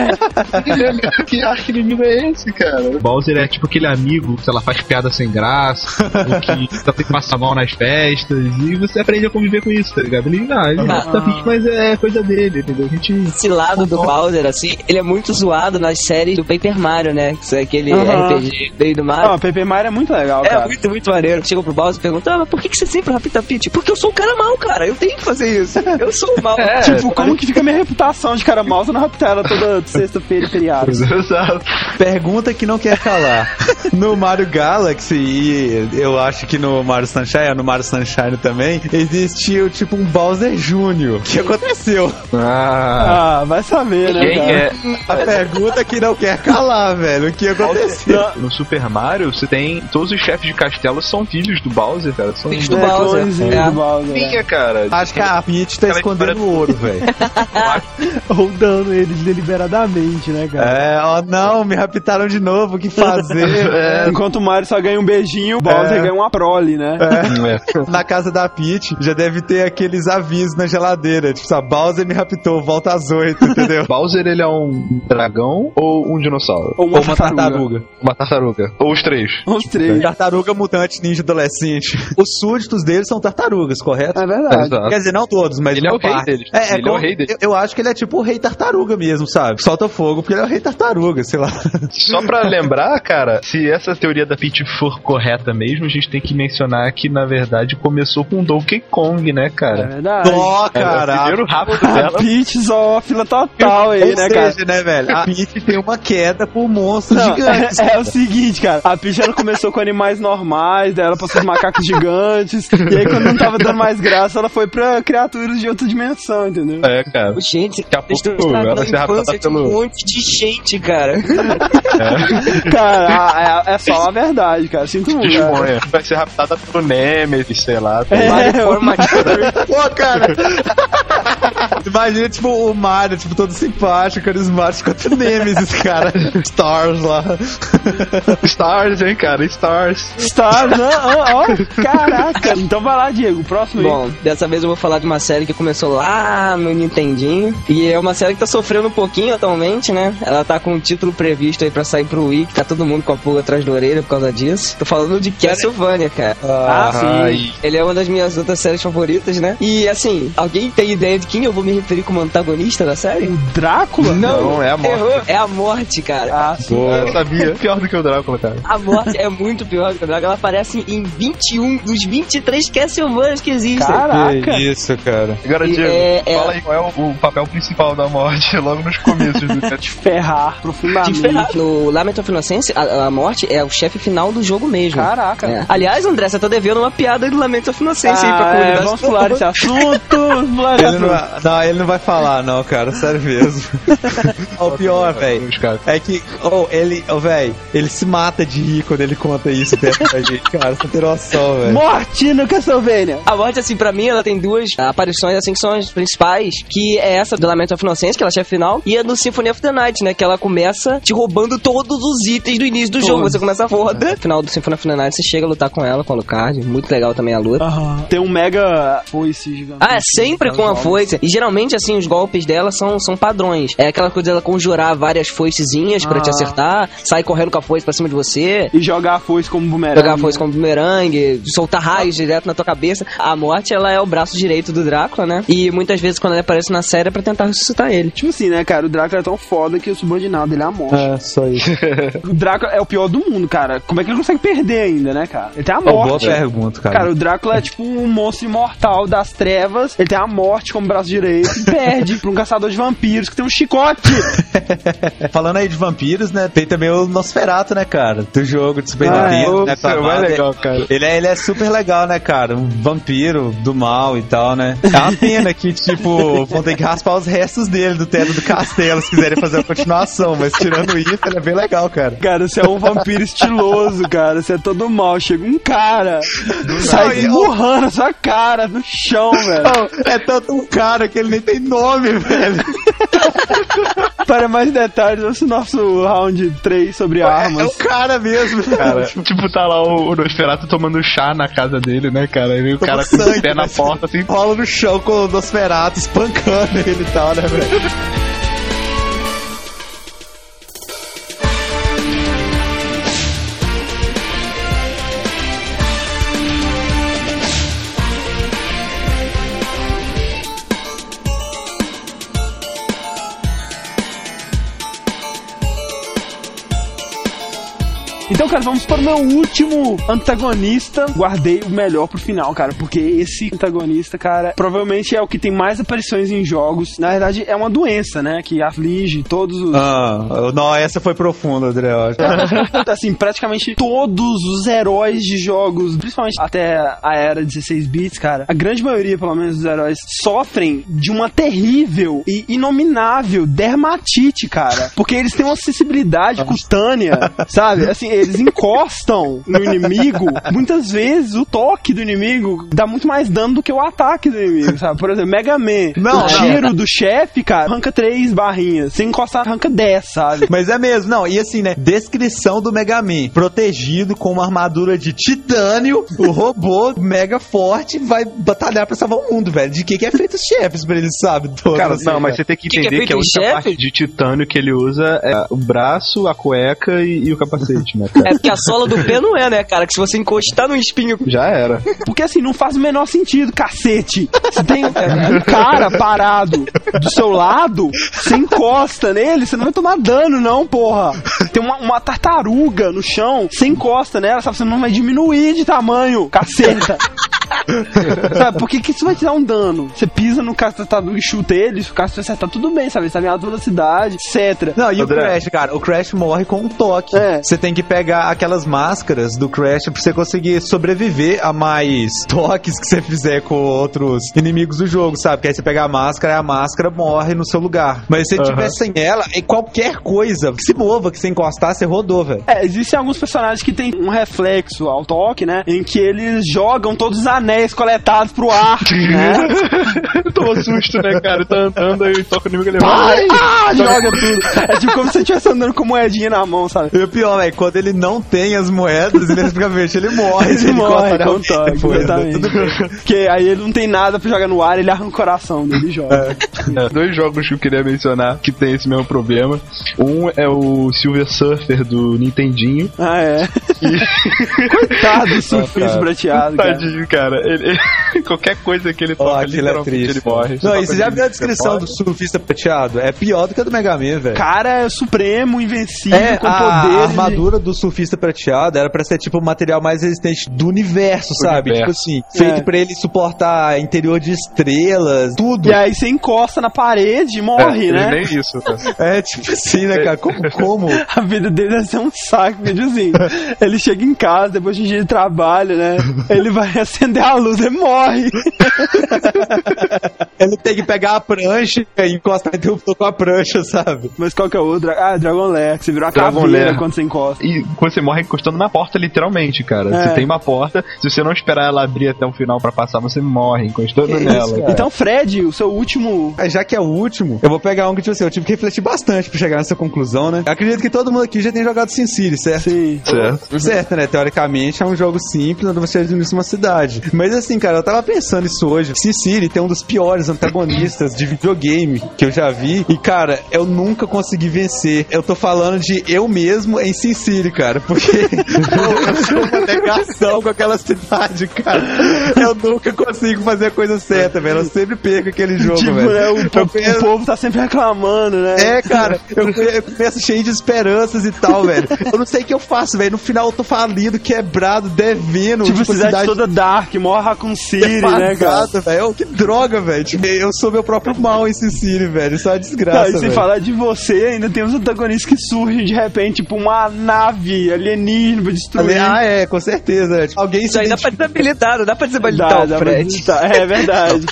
Que arqui-inimigo é esse, cara? O Bowser é tipo aquele amigo que, sei lá, faz piada sem graça, que só tem que passar mal nas festas, e você aprende a conviver com isso, tá ligado? Ele rapta a Peach, mas é coisa dele, entendeu? Esse lado do Bowser, assim, ele é muito zoado nas séries do Paper Mario, né? Que é aquele RPG meio do Mario. Não, o Paper Mario é muito legal, cara. É muito maneiro. Chega pro Bowser e pergunta, mas por que você sempre rapta a Peach? Porque eu sou um cara mau, cara. Eu tenho que fazer isso. Eu sou mal. Tipo, como que fica a minha reputação de cara mau se eu não raptar ela toda sexta-feira e feriado? Exato. Pergunta que não quer calar. No Mario Galaxy, e eu acho que no Mario Sunshine, no Mario Sunshine também, existiu tipo um Bowser Jr. O que aconteceu? Vai saber, né, cara? A pergunta que não quer calar, velho. O que aconteceu? No Super Mario, você tem... Todos os chefes de castelo são filhos do Bowser, cara. São filhos do Bowser. Do Bowser. Minha, cara. Acho que a Peach tá escondendo o ouro, velho. Ou dando eles deliberadamente, né, cara? Não, me raptaram de novo, o que fazer? Enquanto o Mario só ganha um beijinho, o Bowser ganha uma prole, né? Na casa da Peach, já deve ter aqueles avisos na geladeira, tipo, Bowser me raptou, volta às 8, entendeu? Bowser, ele é um dragão ou um dinossauro? Ou uma tartaruga. Uma tartaruga. Ou os três. Os três. Tartaruga mutante ninja adolescente. Os súditos deles são tartarugas, correto? É verdade. Quer dizer, não todos, mas ele é o rei deles. Ele é o rei deles. Eu acho que ele é tipo o rei tartaruga mesmo, sabe? Solta fogo porque ele é o rei tartaruga, sei lá. Só pra lembrar, cara, se essa teoria da Peach for correta mesmo, a gente tem que mencionar que, na verdade, começou com Donkey Kong, né, cara? É verdade. Cara. O primeiro rápido dela. A Peach só fila total aí, né, cara? Né, velho? A Peach tem uma queda por monstros gigantes. É o seguinte, cara. A Peach, ela começou com animais normais, daí ela passou os macacos gigantes, e aí quando não tava dando mais graça, ela foi pra criaturas de outra dimensão, entendeu? É, cara. Gente, daqui a pouco ela se raptada pelo... um monte de gente, cara. Cara, é só a verdade, cara. Sinto muito. Desmonha. Vai ser raptada pelo Nemesis, sei lá. Pô, cara. Imagina, tipo, o Mario, tipo, todo simpático, carismático, contra o Nemesis, cara. Stars lá. Stars, hein, cara? Stars, ó, caraca. Então vai lá, Diego, o próximo aí. Bom, dessa vez eu vou falar de uma série que começou lá no Nintendinho, e é uma série que tá sofrendo um pouquinho atualmente, né? Ela tá com um título previsto aí pra sair pro Wii, tá todo mundo com a pulga atrás da orelha por causa disso. Tô falando de Castlevania, cara. Sim. Ele é uma das minhas outras séries favoritas, né? E assim, alguém tem ideia de quem eu vou me referi como antagonista da série? O Drácula? Não, é a morte. Errou. É a morte, cara. Ah, sim. Eu sabia. Pior do que o Drácula, cara. A morte é muito pior que o Drácula. Ela aparece em 21 dos 23 Castlevanias que existem. Caraca. Que isso, cara. Agora, E Diego, fala aí qual é o papel principal da morte logo nos começos do Te ferrar profundamente. Te ferrar. No Lament of Innocence, a morte é o chefe final do jogo mesmo. Caraca. É. Aliás, André, você tá devendo uma piada do Lament of Innocence aí pra comunidade. Vamos pular desse assunto. Ele não vai falar, não, cara. Sério mesmo. O pior, velho, é que, ele se mata de rir quando ele conta isso perto da gente, cara. Você tem noção, velho. Morte no Castlevania. A morte, assim, pra mim, ela tem duas aparições, assim, que são as principais, que é essa do Lament of Innocence, que ela é chefe final, e a do Symphony of the Night, né, que ela começa te roubando todos os itens do início do jogo. Você começa a foda. No final do Symphony of the Night, você chega a lutar com ela, com a Alucard. Muito legal também a luta. Tem um mega foice gigante. Ah, é sempre com a foice. E geralmente, assim, os golpes dela são padrões. É aquela coisa dela conjurar várias foicezinhas pra te acertar, sair correndo com a foice pra cima de você. E jogar a foice como bumerangue. Jogar a foice como bumerangue, soltar raios direto na tua cabeça. A morte, ela é o braço direito do Drácula, né? E muitas vezes quando ele aparece na série é pra tentar ressuscitar ele. Tipo assim, né, cara? O Drácula é tão foda que o subordinado dele é a morte. É, só isso. O Drácula é o pior do mundo, cara. Como é que ele consegue perder ainda, né, cara? Ele tem a morte. Boa pergunta, cara. Cara, o Drácula é tipo um monstro imortal das trevas. Ele tem a morte como braço direito e perde pra um caçador de vampiros que tem um chicote. Falando aí de vampiros, né? Tem também o Nosferatu, né, cara? Do jogo de Super Nintendo, né? É mais legal, cara. Ele é super legal, né, cara? Um vampiro do mal e tal, né? É uma pena que, tipo, vão ter que raspar os restos dele do teto do castelo se quiserem fazer a continuação, mas tirando isso, ele é bem legal, cara. Cara, você é um vampiro estiloso, cara. Você é todo mal. Chega um cara, sai esmurrando a sua cara no chão, velho. É tanto um cara que ele nem tem nome, velho. Para mais detalhes, esse nosso round 3 sobre armas. É o cara mesmo, cara. Tipo, tá lá o Nosferatu tomando chá na casa dele, né, cara? E o cara com o pé na porta, assim. Rola no chão com o Nosferatu espancando ele e tal, né, velho? Então, cara, vamos para o meu último antagonista. Guardei o melhor pro final, cara, porque esse antagonista, cara, provavelmente é o que tem mais aparições em jogos. Na verdade, é uma doença, né, que aflige todos os... Não, essa foi profunda, André, eu acho. Assim, praticamente todos os heróis de jogos, principalmente até a era 16 bits, cara, a grande maioria, pelo menos, dos heróis sofrem de uma terrível e inominável dermatite, cara, porque eles têm uma sensibilidade cutânea, sabe? Assim, eles encostam no inimigo, muitas vezes o toque do inimigo dá muito mais dano do que o ataque do inimigo, sabe? Por exemplo, Mega Man, o tiro do chefe, cara, arranca 3 barrinhas, sem encostar, arranca 10, sabe? Mas é mesmo, não, e assim, né, descrição do Mega Man, protegido com uma armadura de titânio, o robô mega forte vai batalhar pra salvar o mundo, velho. De que é feito os chefes pra ele, sabe? Todos, cara, assim, não, mas você tem que entender que a única parte de titânio que ele usa é o braço, a cueca e o capacete, né? É porque a sola do pé não é, né, cara? Que se você encostar no espinho... Já era. Porque assim, não faz o menor sentido, cacete. Você tem um cara parado do seu lado, você encosta nele, você não vai tomar dano, não, porra. Tem uma tartaruga no chão, você encosta nela, sabe? Você não vai diminuir de tamanho, caceta. Sabe, por que isso vai te dar um dano? Você pisa no cara tartaruga e chuta ele, se o cara se acertar, tudo bem, sabe? Ele sabe em alta velocidade, etc. Não, e o Crash, cara? O Crash morre com um toque. Você tem que pegar aquelas máscaras do Crash pra você conseguir sobreviver a mais toques que você fizer com outros inimigos do jogo, sabe? Que aí você pega a máscara morre no seu lugar. Mas se você tiver sem ela, qualquer coisa que se mova, que você encostar, você rodou, velho. Existem alguns personagens que tem um reflexo ao toque, né? Em que eles jogam todos os anéis coletados pro ar, né? Tomou susto, né, cara? Tá andando aí, toca o inimigo, ele joga tudo. É tipo como se você estivesse andando com moedinha na mão, sabe? E o pior, velho, quando ele não tem as moedas, ineficazmente ele morre. Ele morre com toque, exatamente. Porque aí ele não tem nada pra jogar no ar, ele arranca o coração dele e joga. 2 jogos que eu queria mencionar que tem esse mesmo problema. Um é o Silver Surfer do Nintendinho. Coitado do surfista prateado, tadinho, cara. cara. Qualquer coisa que ele toca, literalmente ele morre. Não, e você já viu a descrição do surfista prateado? É pior do que a do Mega Man, velho. Cara, é supremo, invencível, com poder. A armadura do surfista prateado era pra ser tipo o material mais resistente do universo, sabe? Tipo assim, feito pra ele suportar interior de estrelas, tudo. E aí você encosta na parede e morre, né? Nem isso, cara. É tipo assim, né, cara? Como? A vida dele deve ser um saco, porque assim, ele chega em casa, depois de um dia de trabalho, né? Ele vai acender a luz e morre. Ele tem que pegar a prancha e encostar interruptor com a prancha, sabe? Mas qual que é o outro? Ah, Dragon Lair, que você virou a caveira quando você encosta. E quando você morre encostando na porta, literalmente, cara. Você tem uma porta, se você não esperar ela abrir até o final pra passar, você morre encostando nela. Então, Fred, o seu último... Já que é o último, eu vou pegar um que, tipo assim, eu tive que refletir bastante pra chegar nessa conclusão, né? Eu acredito que todo mundo aqui já tem jogado Sin City, certo? Sim. Certo, né? Teoricamente é um jogo simples, onde você administra uma cidade. Mas assim, cara, eu tava pensando isso hoje. Sin City tem um dos piores antagonistas de videogame que eu já vi. E, cara, eu nunca consegui vencer. Eu tô falando de eu mesmo em Sin City, cara. Porque eu sou uma negação com aquela cidade, cara. Eu nunca consigo fazer a coisa certa, velho. Eu sempre perco aquele jogo, tipo, velho. Né, o povo tá sempre reclamando, né? É, cara. Eu começo cheio de esperanças e tal, velho. Eu não sei o que eu faço, velho. No final eu tô falido, quebrado, devendo. Tipo, cidade toda dark, mó Raccoon City, né, cara? Velho. Que droga, velho. Tipo, eu sou meu próprio mal em Sin City, velho. Isso é uma desgraça, e sem falar de você, ainda tem os antagonistas que surgem de repente, tipo uma nave alienígena pra destruir. Com certeza. Tipo, alguém isso aí dá pra desabilitar, não dá pra desabilitar o Fred. É verdade.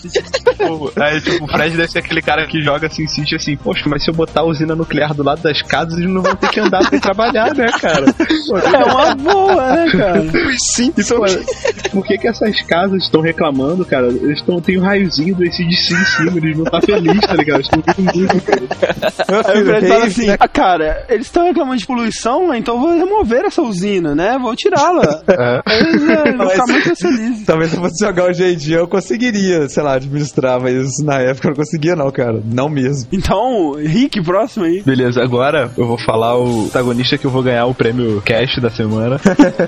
Tipo, o Fred deve ser aquele cara que joga Sin City assim, poxa, mas se eu botar a usina nuclear do lado das casas, eles não vão ter que andar pra ir trabalhar, né, cara? É uma boa, né, cara? Sim, então, por que essas casas estão reclamando, cara? Eles tem um raiozinho do AC/DC em cima, eles não tá felizes, tá ligado? Eles estão muito, cara. Aí o Fred fala assim, cara, eles estão reclamando de poluição, então eu vou remover essa usina, né? Vou tirá-la. Eles vão ficar muito felizes. Talvez se eu fosse jogar hoje em dia, eu conseguiria, sei lá, administrar, mas na época eu não conseguia não, cara. Não mesmo. Então, Rick, próximo aí. Beleza, agora eu vou falar o protagonista que eu vou ganhar o prêmio Cash da semana.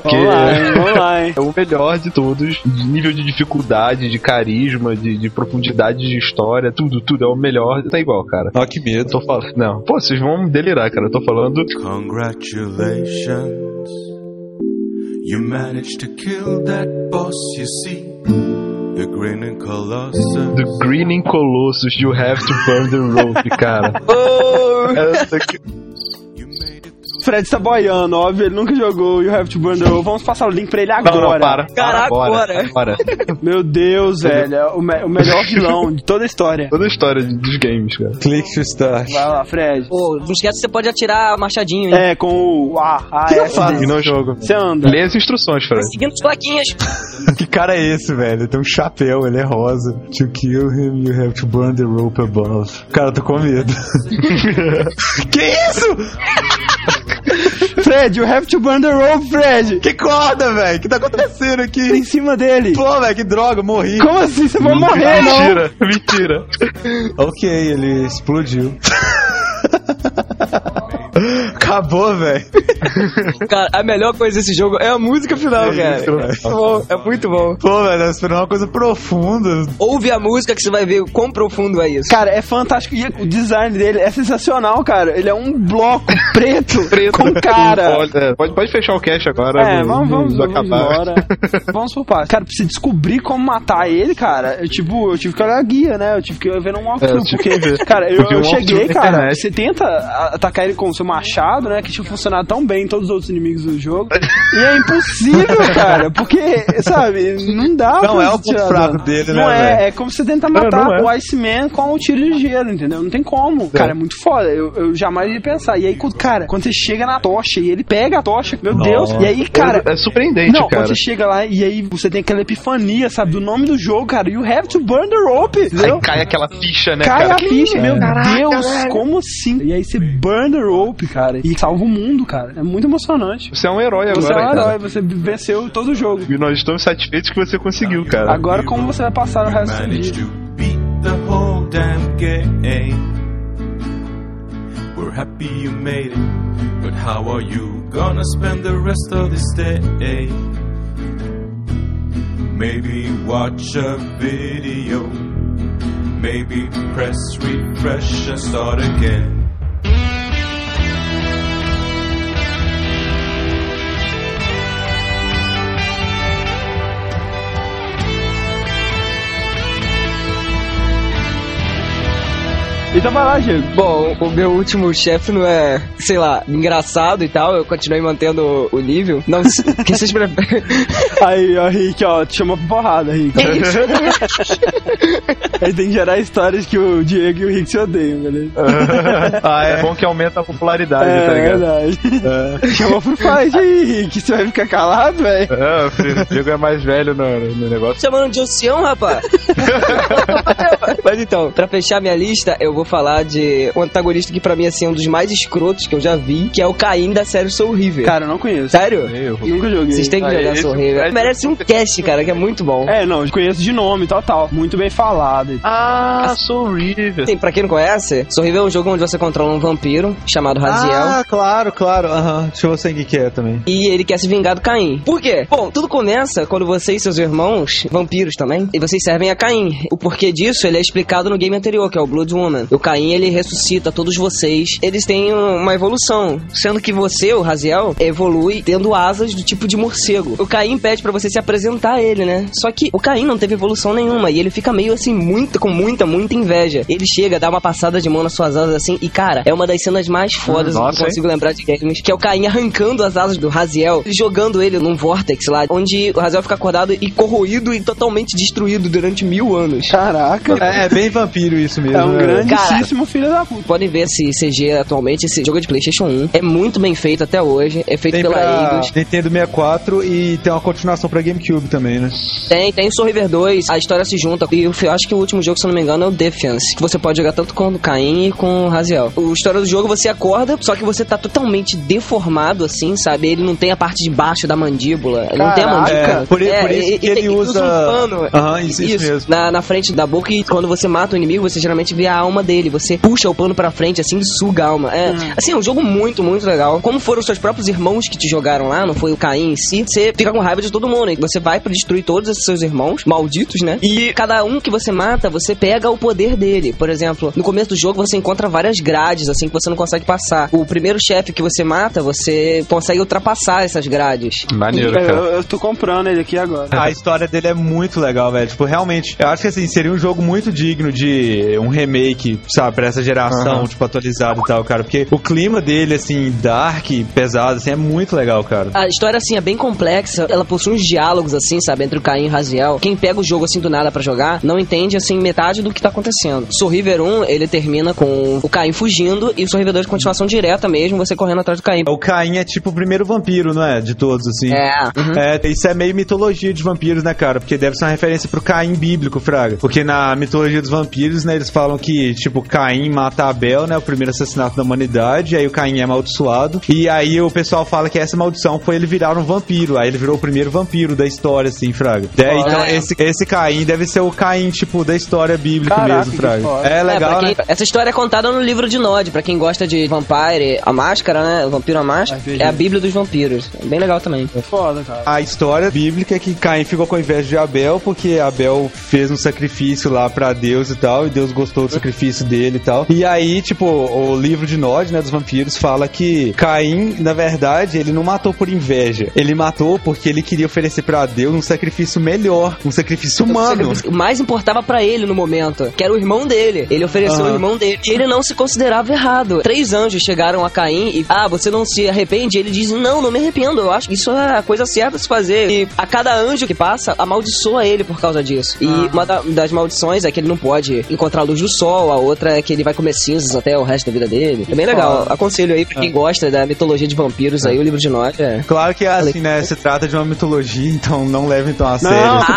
Vamos lá, hein? É o melhor de todos, de nível de dificuldade, de carisma, de profundidade de história, tudo é o melhor. Tá igual, cara. Ó, que medo. Tô falando. Não, pô, vocês vão delirar, cara. Eu tô falando. Congratulations, you managed to kill that boss, you see. The Grinning Colossus. The Grinning Colossus, you have to burn the rope, cara. Fred está boiando, óbvio, ele nunca jogou You Have to Burn the Rope. Vamos passar o link pra ele agora. Não, para. Caraca, agora. Meu Deus, velho, é o melhor vilão de toda a história. Toda a história dos games, cara. Click to start. Vai lá, Fred. Pô, não esquece que você pode atirar machadinho, hein? Com o A, E não jogo. Você anda. Lê as instruções, Fred. Seguindo as plaquinhas. Que cara é esse, velho? Tem um chapéu, ele é rosa. To kill him, you have to burn the rope above. Cara, eu tô com medo. Que isso? Fred, you have to burn the rope, Fred. Que corda, velho? O que tá acontecendo aqui? Em cima dele. Pô, velho, que droga, morri. Como assim? Você vai morrer, não? Mentira. Ok, ele explodiu. Acabou, velho. Cara, a melhor coisa desse jogo é a música final, cara. É muito bom. Pô, velho, eu esperava uma coisa profunda. Ouve a música que você vai ver o quão profundo é isso. Cara, é fantástico. E o design dele é sensacional, cara. Ele é um bloco preto com cara. Pode fechar o cache agora. Vamos acabar. embora. Vamos por parte. Cara, pra você descobrir como matar ele, cara, eu tive que olhar a guia, né? Eu tive que ver um walkthrough. Porque, cara, eu cheguei, cara, você tenta atacar ele com o seu machado, né? Que tinha funcionado tão bem em todos os outros inimigos do jogo. E é impossível, cara. Porque, sabe, não dá Não é o ponto fraco dele, né? Não é, é como você tentar matar o Iceman com o tiro de gelo, entendeu? Não tem como. Cara, é muito foda. Eu jamais ia pensar. E aí, cara, quando você chega na tocha e ele pega a tocha, meu Deus. E aí, cara. É surpreendente, cara. Quando você chega lá e aí você tem aquela epifania, sabe, do nome do jogo, cara. You have to burn the rope. Entendeu? Aí cai aquela ficha, né, cara? Cai a ficha, meu Deus, velho. como assim? E aí você burn the rope, cara. E salva o mundo, cara. É muito emocionante. Você é um herói agora, Você é um herói, cara. você venceu todo o jogo. E nós estamos satisfeitos que você conseguiu, cara. Agora, como você vai passar o resto do dia? The whole damn game. We're happy you made it, but how are you gonna spend the rest of this day? Maybe watch a video. Maybe press refresh and start again. Então vai lá, Diego. Bom, o meu último chefe não é, sei lá, engraçado e tal, eu continuei mantendo o nível. Não, que vocês preferem? Aí, ó, Rick, ó, te chama pra porrada, Rick. Aí tem que gerar histórias que o Diego e o Rick se odeiam, beleza? É bom que aumenta a popularidade, tá ligado? É verdade. Chama pro fight aí, Rick, você vai ficar calado, velho? O Diego é mais velho no negócio. Chamando de Oceão, rapaz? Mas então, pra fechar minha lista, eu vou falar de um antagonista que pra mim assim, é um dos mais escrotos que eu já vi, que é o Caim da série Soul River. Cara, eu não conheço. Sério? Nunca joguei. Vocês têm que jogar Soul River. Merece um cast, cara, que é muito bom. Não, eu conheço de nome, tal. Muito bem falado. Soul River. Sim, pra quem não conhece, Soul River é um jogo onde você controla um vampiro chamado Raziel. Claro. Deixa eu ver o que é também. E ele quer se vingar do Caim. Por quê? Bom, tudo começa quando você e seus irmãos, vampiros também, e vocês servem a Caim. O porquê disso, ele é explicado no game anterior, que é o Blood Woman. O Caim, ele ressuscita todos vocês. Eles têm uma evolução, sendo que você, o Raziel, evolui tendo asas do tipo de morcego. O Caim pede pra você se apresentar a ele, né? Só que o Caim não teve evolução nenhuma, e ele fica meio assim, com muita inveja. Ele chega, dá uma passada de mão nas suas asas assim, e cara, é uma das cenas mais fodas que eu consigo lembrar de games, que é o Caim arrancando as asas do Raziel, jogando ele num vortex lá, onde o Raziel fica acordado e corroído e totalmente destruído durante 1000 anos. Caraca. É bem vampiro isso mesmo. É um grandíssimo filho da puta. Podem ver esse CG atualmente, esse jogo é de PlayStation 1. É muito bem feito até hoje. É feito tem pela Eidos. Nintendo 64 e tem uma continuação pra GameCube também, né? Tem o Soul River 2, a história se junta. E eu acho que o último jogo, se eu não me engano, é o Defiance, que você pode jogar tanto com o Caim e com o Raziel. A história do jogo, você acorda, só que você tá totalmente deformado, assim, sabe? Ele não tem a parte de baixo da mandíbula. Caraca. Não tem a mandíbula. Por isso que ele usa um pano. Isso mesmo. Na frente da boca, e quando você mata o inimigo, você geralmente vê a alma dele. Você puxa o pano pra frente, assim, e suga a alma. Assim, é um jogo muito legal. Como foram os seus próprios irmãos que te jogaram lá, não foi o Caim em si, você fica com raiva de todo mundo. Você vai pra destruir todos esses seus irmãos, malditos, né? E cada um que você mata, você pega o poder dele. Por exemplo, no começo do jogo você encontra várias grades, assim, que você não consegue passar. O primeiro chefe que você mata, você consegue ultrapassar essas grades. Maneiro, cara. Eu tô comprando ele aqui agora. A história dele é muito legal, velho. Tipo, realmente, eu acho que assim, seria um jogo muito digno de um remake, sabe, pra essa geração, tipo, atualizado e tal, cara. Porque o clima dele, assim, dark, pesado, assim, é muito legal, cara. A história, assim, é bem complexa. Ela possui uns diálogos, assim, sabe, entre o Caim e o Raziel. Quem pega o jogo, assim, do nada pra jogar, não entende, assim, metade do que tá acontecendo. Soul River 1, ele termina com o Caim fugindo e o Soul River 2 de continuação direta mesmo, você correndo atrás do Caim. O Caim é tipo o primeiro vampiro, não é? De todos, assim. É. Isso é meio mitologia de vampiros, né, cara? Porque deve ser uma referência pro Caim bíblico, fraga. Porque na mitologia dos vampiros, né, eles falam que, tipo, Caim mata Abel, né, o primeiro assassinato da humanidade, aí o Caim é amaldiçoado, e aí o pessoal fala que essa maldição foi ele virar um vampiro, aí ele virou o primeiro vampiro da história, assim, fraga. Então esse Caim deve ser o Caim, tipo, da história bíblica. Caraca, mesmo, fraga. É legal, né? Essa história é contada no livro de Nod, pra quem gosta de Vampire, a máscara, né, o vampiro a máscara, é a Bíblia dos vampiros. É bem legal também. É foda, cara. A história bíblica é que Caim ficou com inveja de Abel, porque Abel fez um sacrifício lá pra Deus e tal, e Deus gostou do sacrifício dele e tal. E aí, tipo, o livro de Nod, né, dos vampiros, fala que Caim, na verdade, ele não matou por inveja. Ele matou porque ele queria oferecer pra Deus um sacrifício melhor, um sacrifício humano. O mais importava pra ele no momento, que era o irmão dele. Ele ofereceu o irmão dele. E ele não se considerava errado. 3 anjos chegaram a Caim e, você não se arrepende? Ele diz, não me arrependo. Eu acho que isso é a coisa certa de se fazer. E a cada anjo que passa, amaldiçoa ele por causa disso. E uma das maldições é que ele não pode encontrar a luz do sol, a outra é que ele vai comer cinzas até o resto da vida dele. É bem legal. Aconselho aí pra quem gosta da mitologia de vampiros aí, o livro de Nod é... Claro que assim, né, se trata de uma mitologia, então não leve então a sério.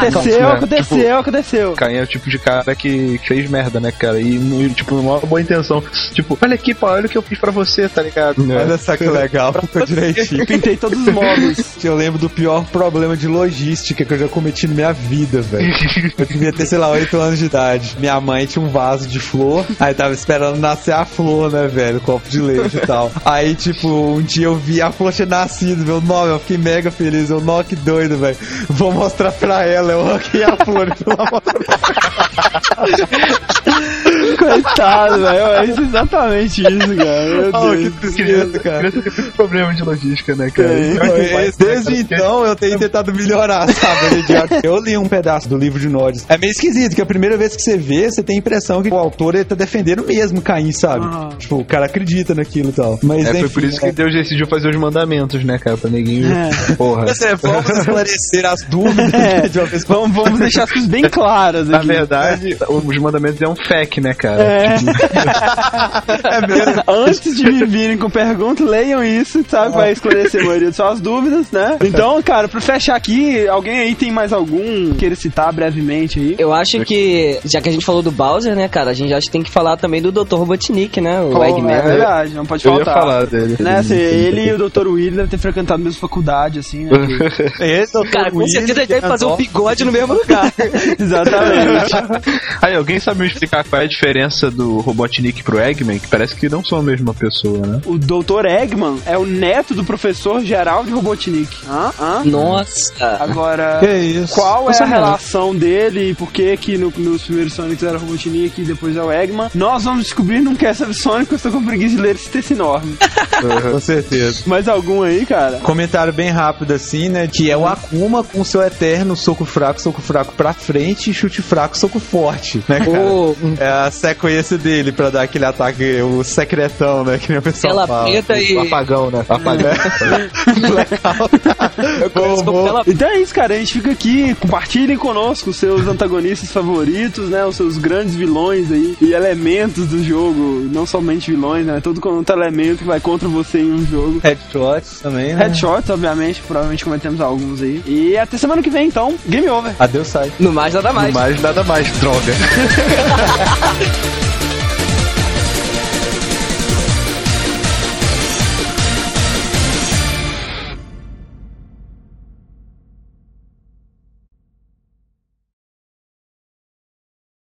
Não, aconteceu. Caim é o tipo de cara que fez merda, né, cara? E, tipo, uma boa intenção. Tipo, olha aqui, pô, olha o que eu fiz pra você, tá ligado? Olha só que legal, ficou direitinho. Pintei todos os móveis. Eu lembro do pior problema de logística que eu já cometi na minha vida, velho. Eu devia ter, sei lá, 8 anos de idade. Minha mãe tinha um vaso de flor flor. Aí tava esperando nascer a flor, né, velho? Copo de leite e tal. Aí, tipo, um dia eu vi a flor tinha nascido, meu nome, eu fiquei mega feliz. Eu, nó, que doido, velho. Vou mostrar pra ela. Eu ranquei a flor e fui lá Coitado, velho. É exatamente isso, cara. Meu Deus. Que tristeza, cara. Criança tem muito problema de logística, né, cara? Desde então eu tenho tentado melhorar, sabe? Eu li um pedaço do livro de Nodus. É meio esquisito, que a primeira vez que você vê, você tem a impressão que o autor ele tá defendendo mesmo Caim, sabe? Tipo, o cara acredita naquilo e tal. Mas, foi por isso que Deus decidiu fazer os mandamentos, né, cara? Pra neguinho. Porra. Vamos esclarecer as dúvidas de uma vez. Vamos deixar as coisas bem claras aqui. Na verdade, os mandamentos é um fake, né, cara? Mesmo. Antes de me virem com pergunta, leiam isso, sabe? Vai esclarecer a maioria de suas dúvidas, né? Então, cara, pra fechar aqui, alguém aí tem mais algum queira citar brevemente aí? Eu acho que, já que a gente falou do Bowser, né, cara, a gente acho que tem que falar também do Dr. Robotnik, né? O Eggman. É verdade, não pode Eu faltar. ia falar dele. Né, assim, ele e o Dr. Willy devem ter frequentado a mesma faculdade, assim, né? Cara, com certeza ele deve fazer um bigode no mesmo lugar. Exatamente. Aí, alguém sabe me explicar qual é a diferença do Robotnik pro Eggman? Que parece que não são a mesma pessoa, né? O Dr. Eggman é o neto do professor Gerald Robotnik. Nossa. Agora, que isso? qual é a relação dele e por que nos primeiros Sonics era Robotnik e depois é o Eggman? Nós vamos descobrir num Cast of Sonic, eu estou com preguiça de ler esse texto enorme. Com certeza. Mais algum aí, cara? Comentário bem rápido assim, né? Que é o Akuma com seu eterno soco fraco pra frente e chute fraco, soco forte, né, cara? É a sequência dele pra dar aquele ataque, o secretão, né? Que nem a pessoa Tela fala. preta e... O apagão, né? Apagão. Então é isso, cara. A gente fica aqui. Compartilhem conosco os seus antagonistas favoritos, né? Os seus grandes vilões aí e elementos do jogo. Não somente vilões, né? Todo elemento que vai contra você em um jogo. Headshots também, né? Headshots, obviamente. Provavelmente cometemos alguns aí. E até semana que vem, então. Game over. Adeus, sai. No mais, nada mais. No mais, nada mais. Droga.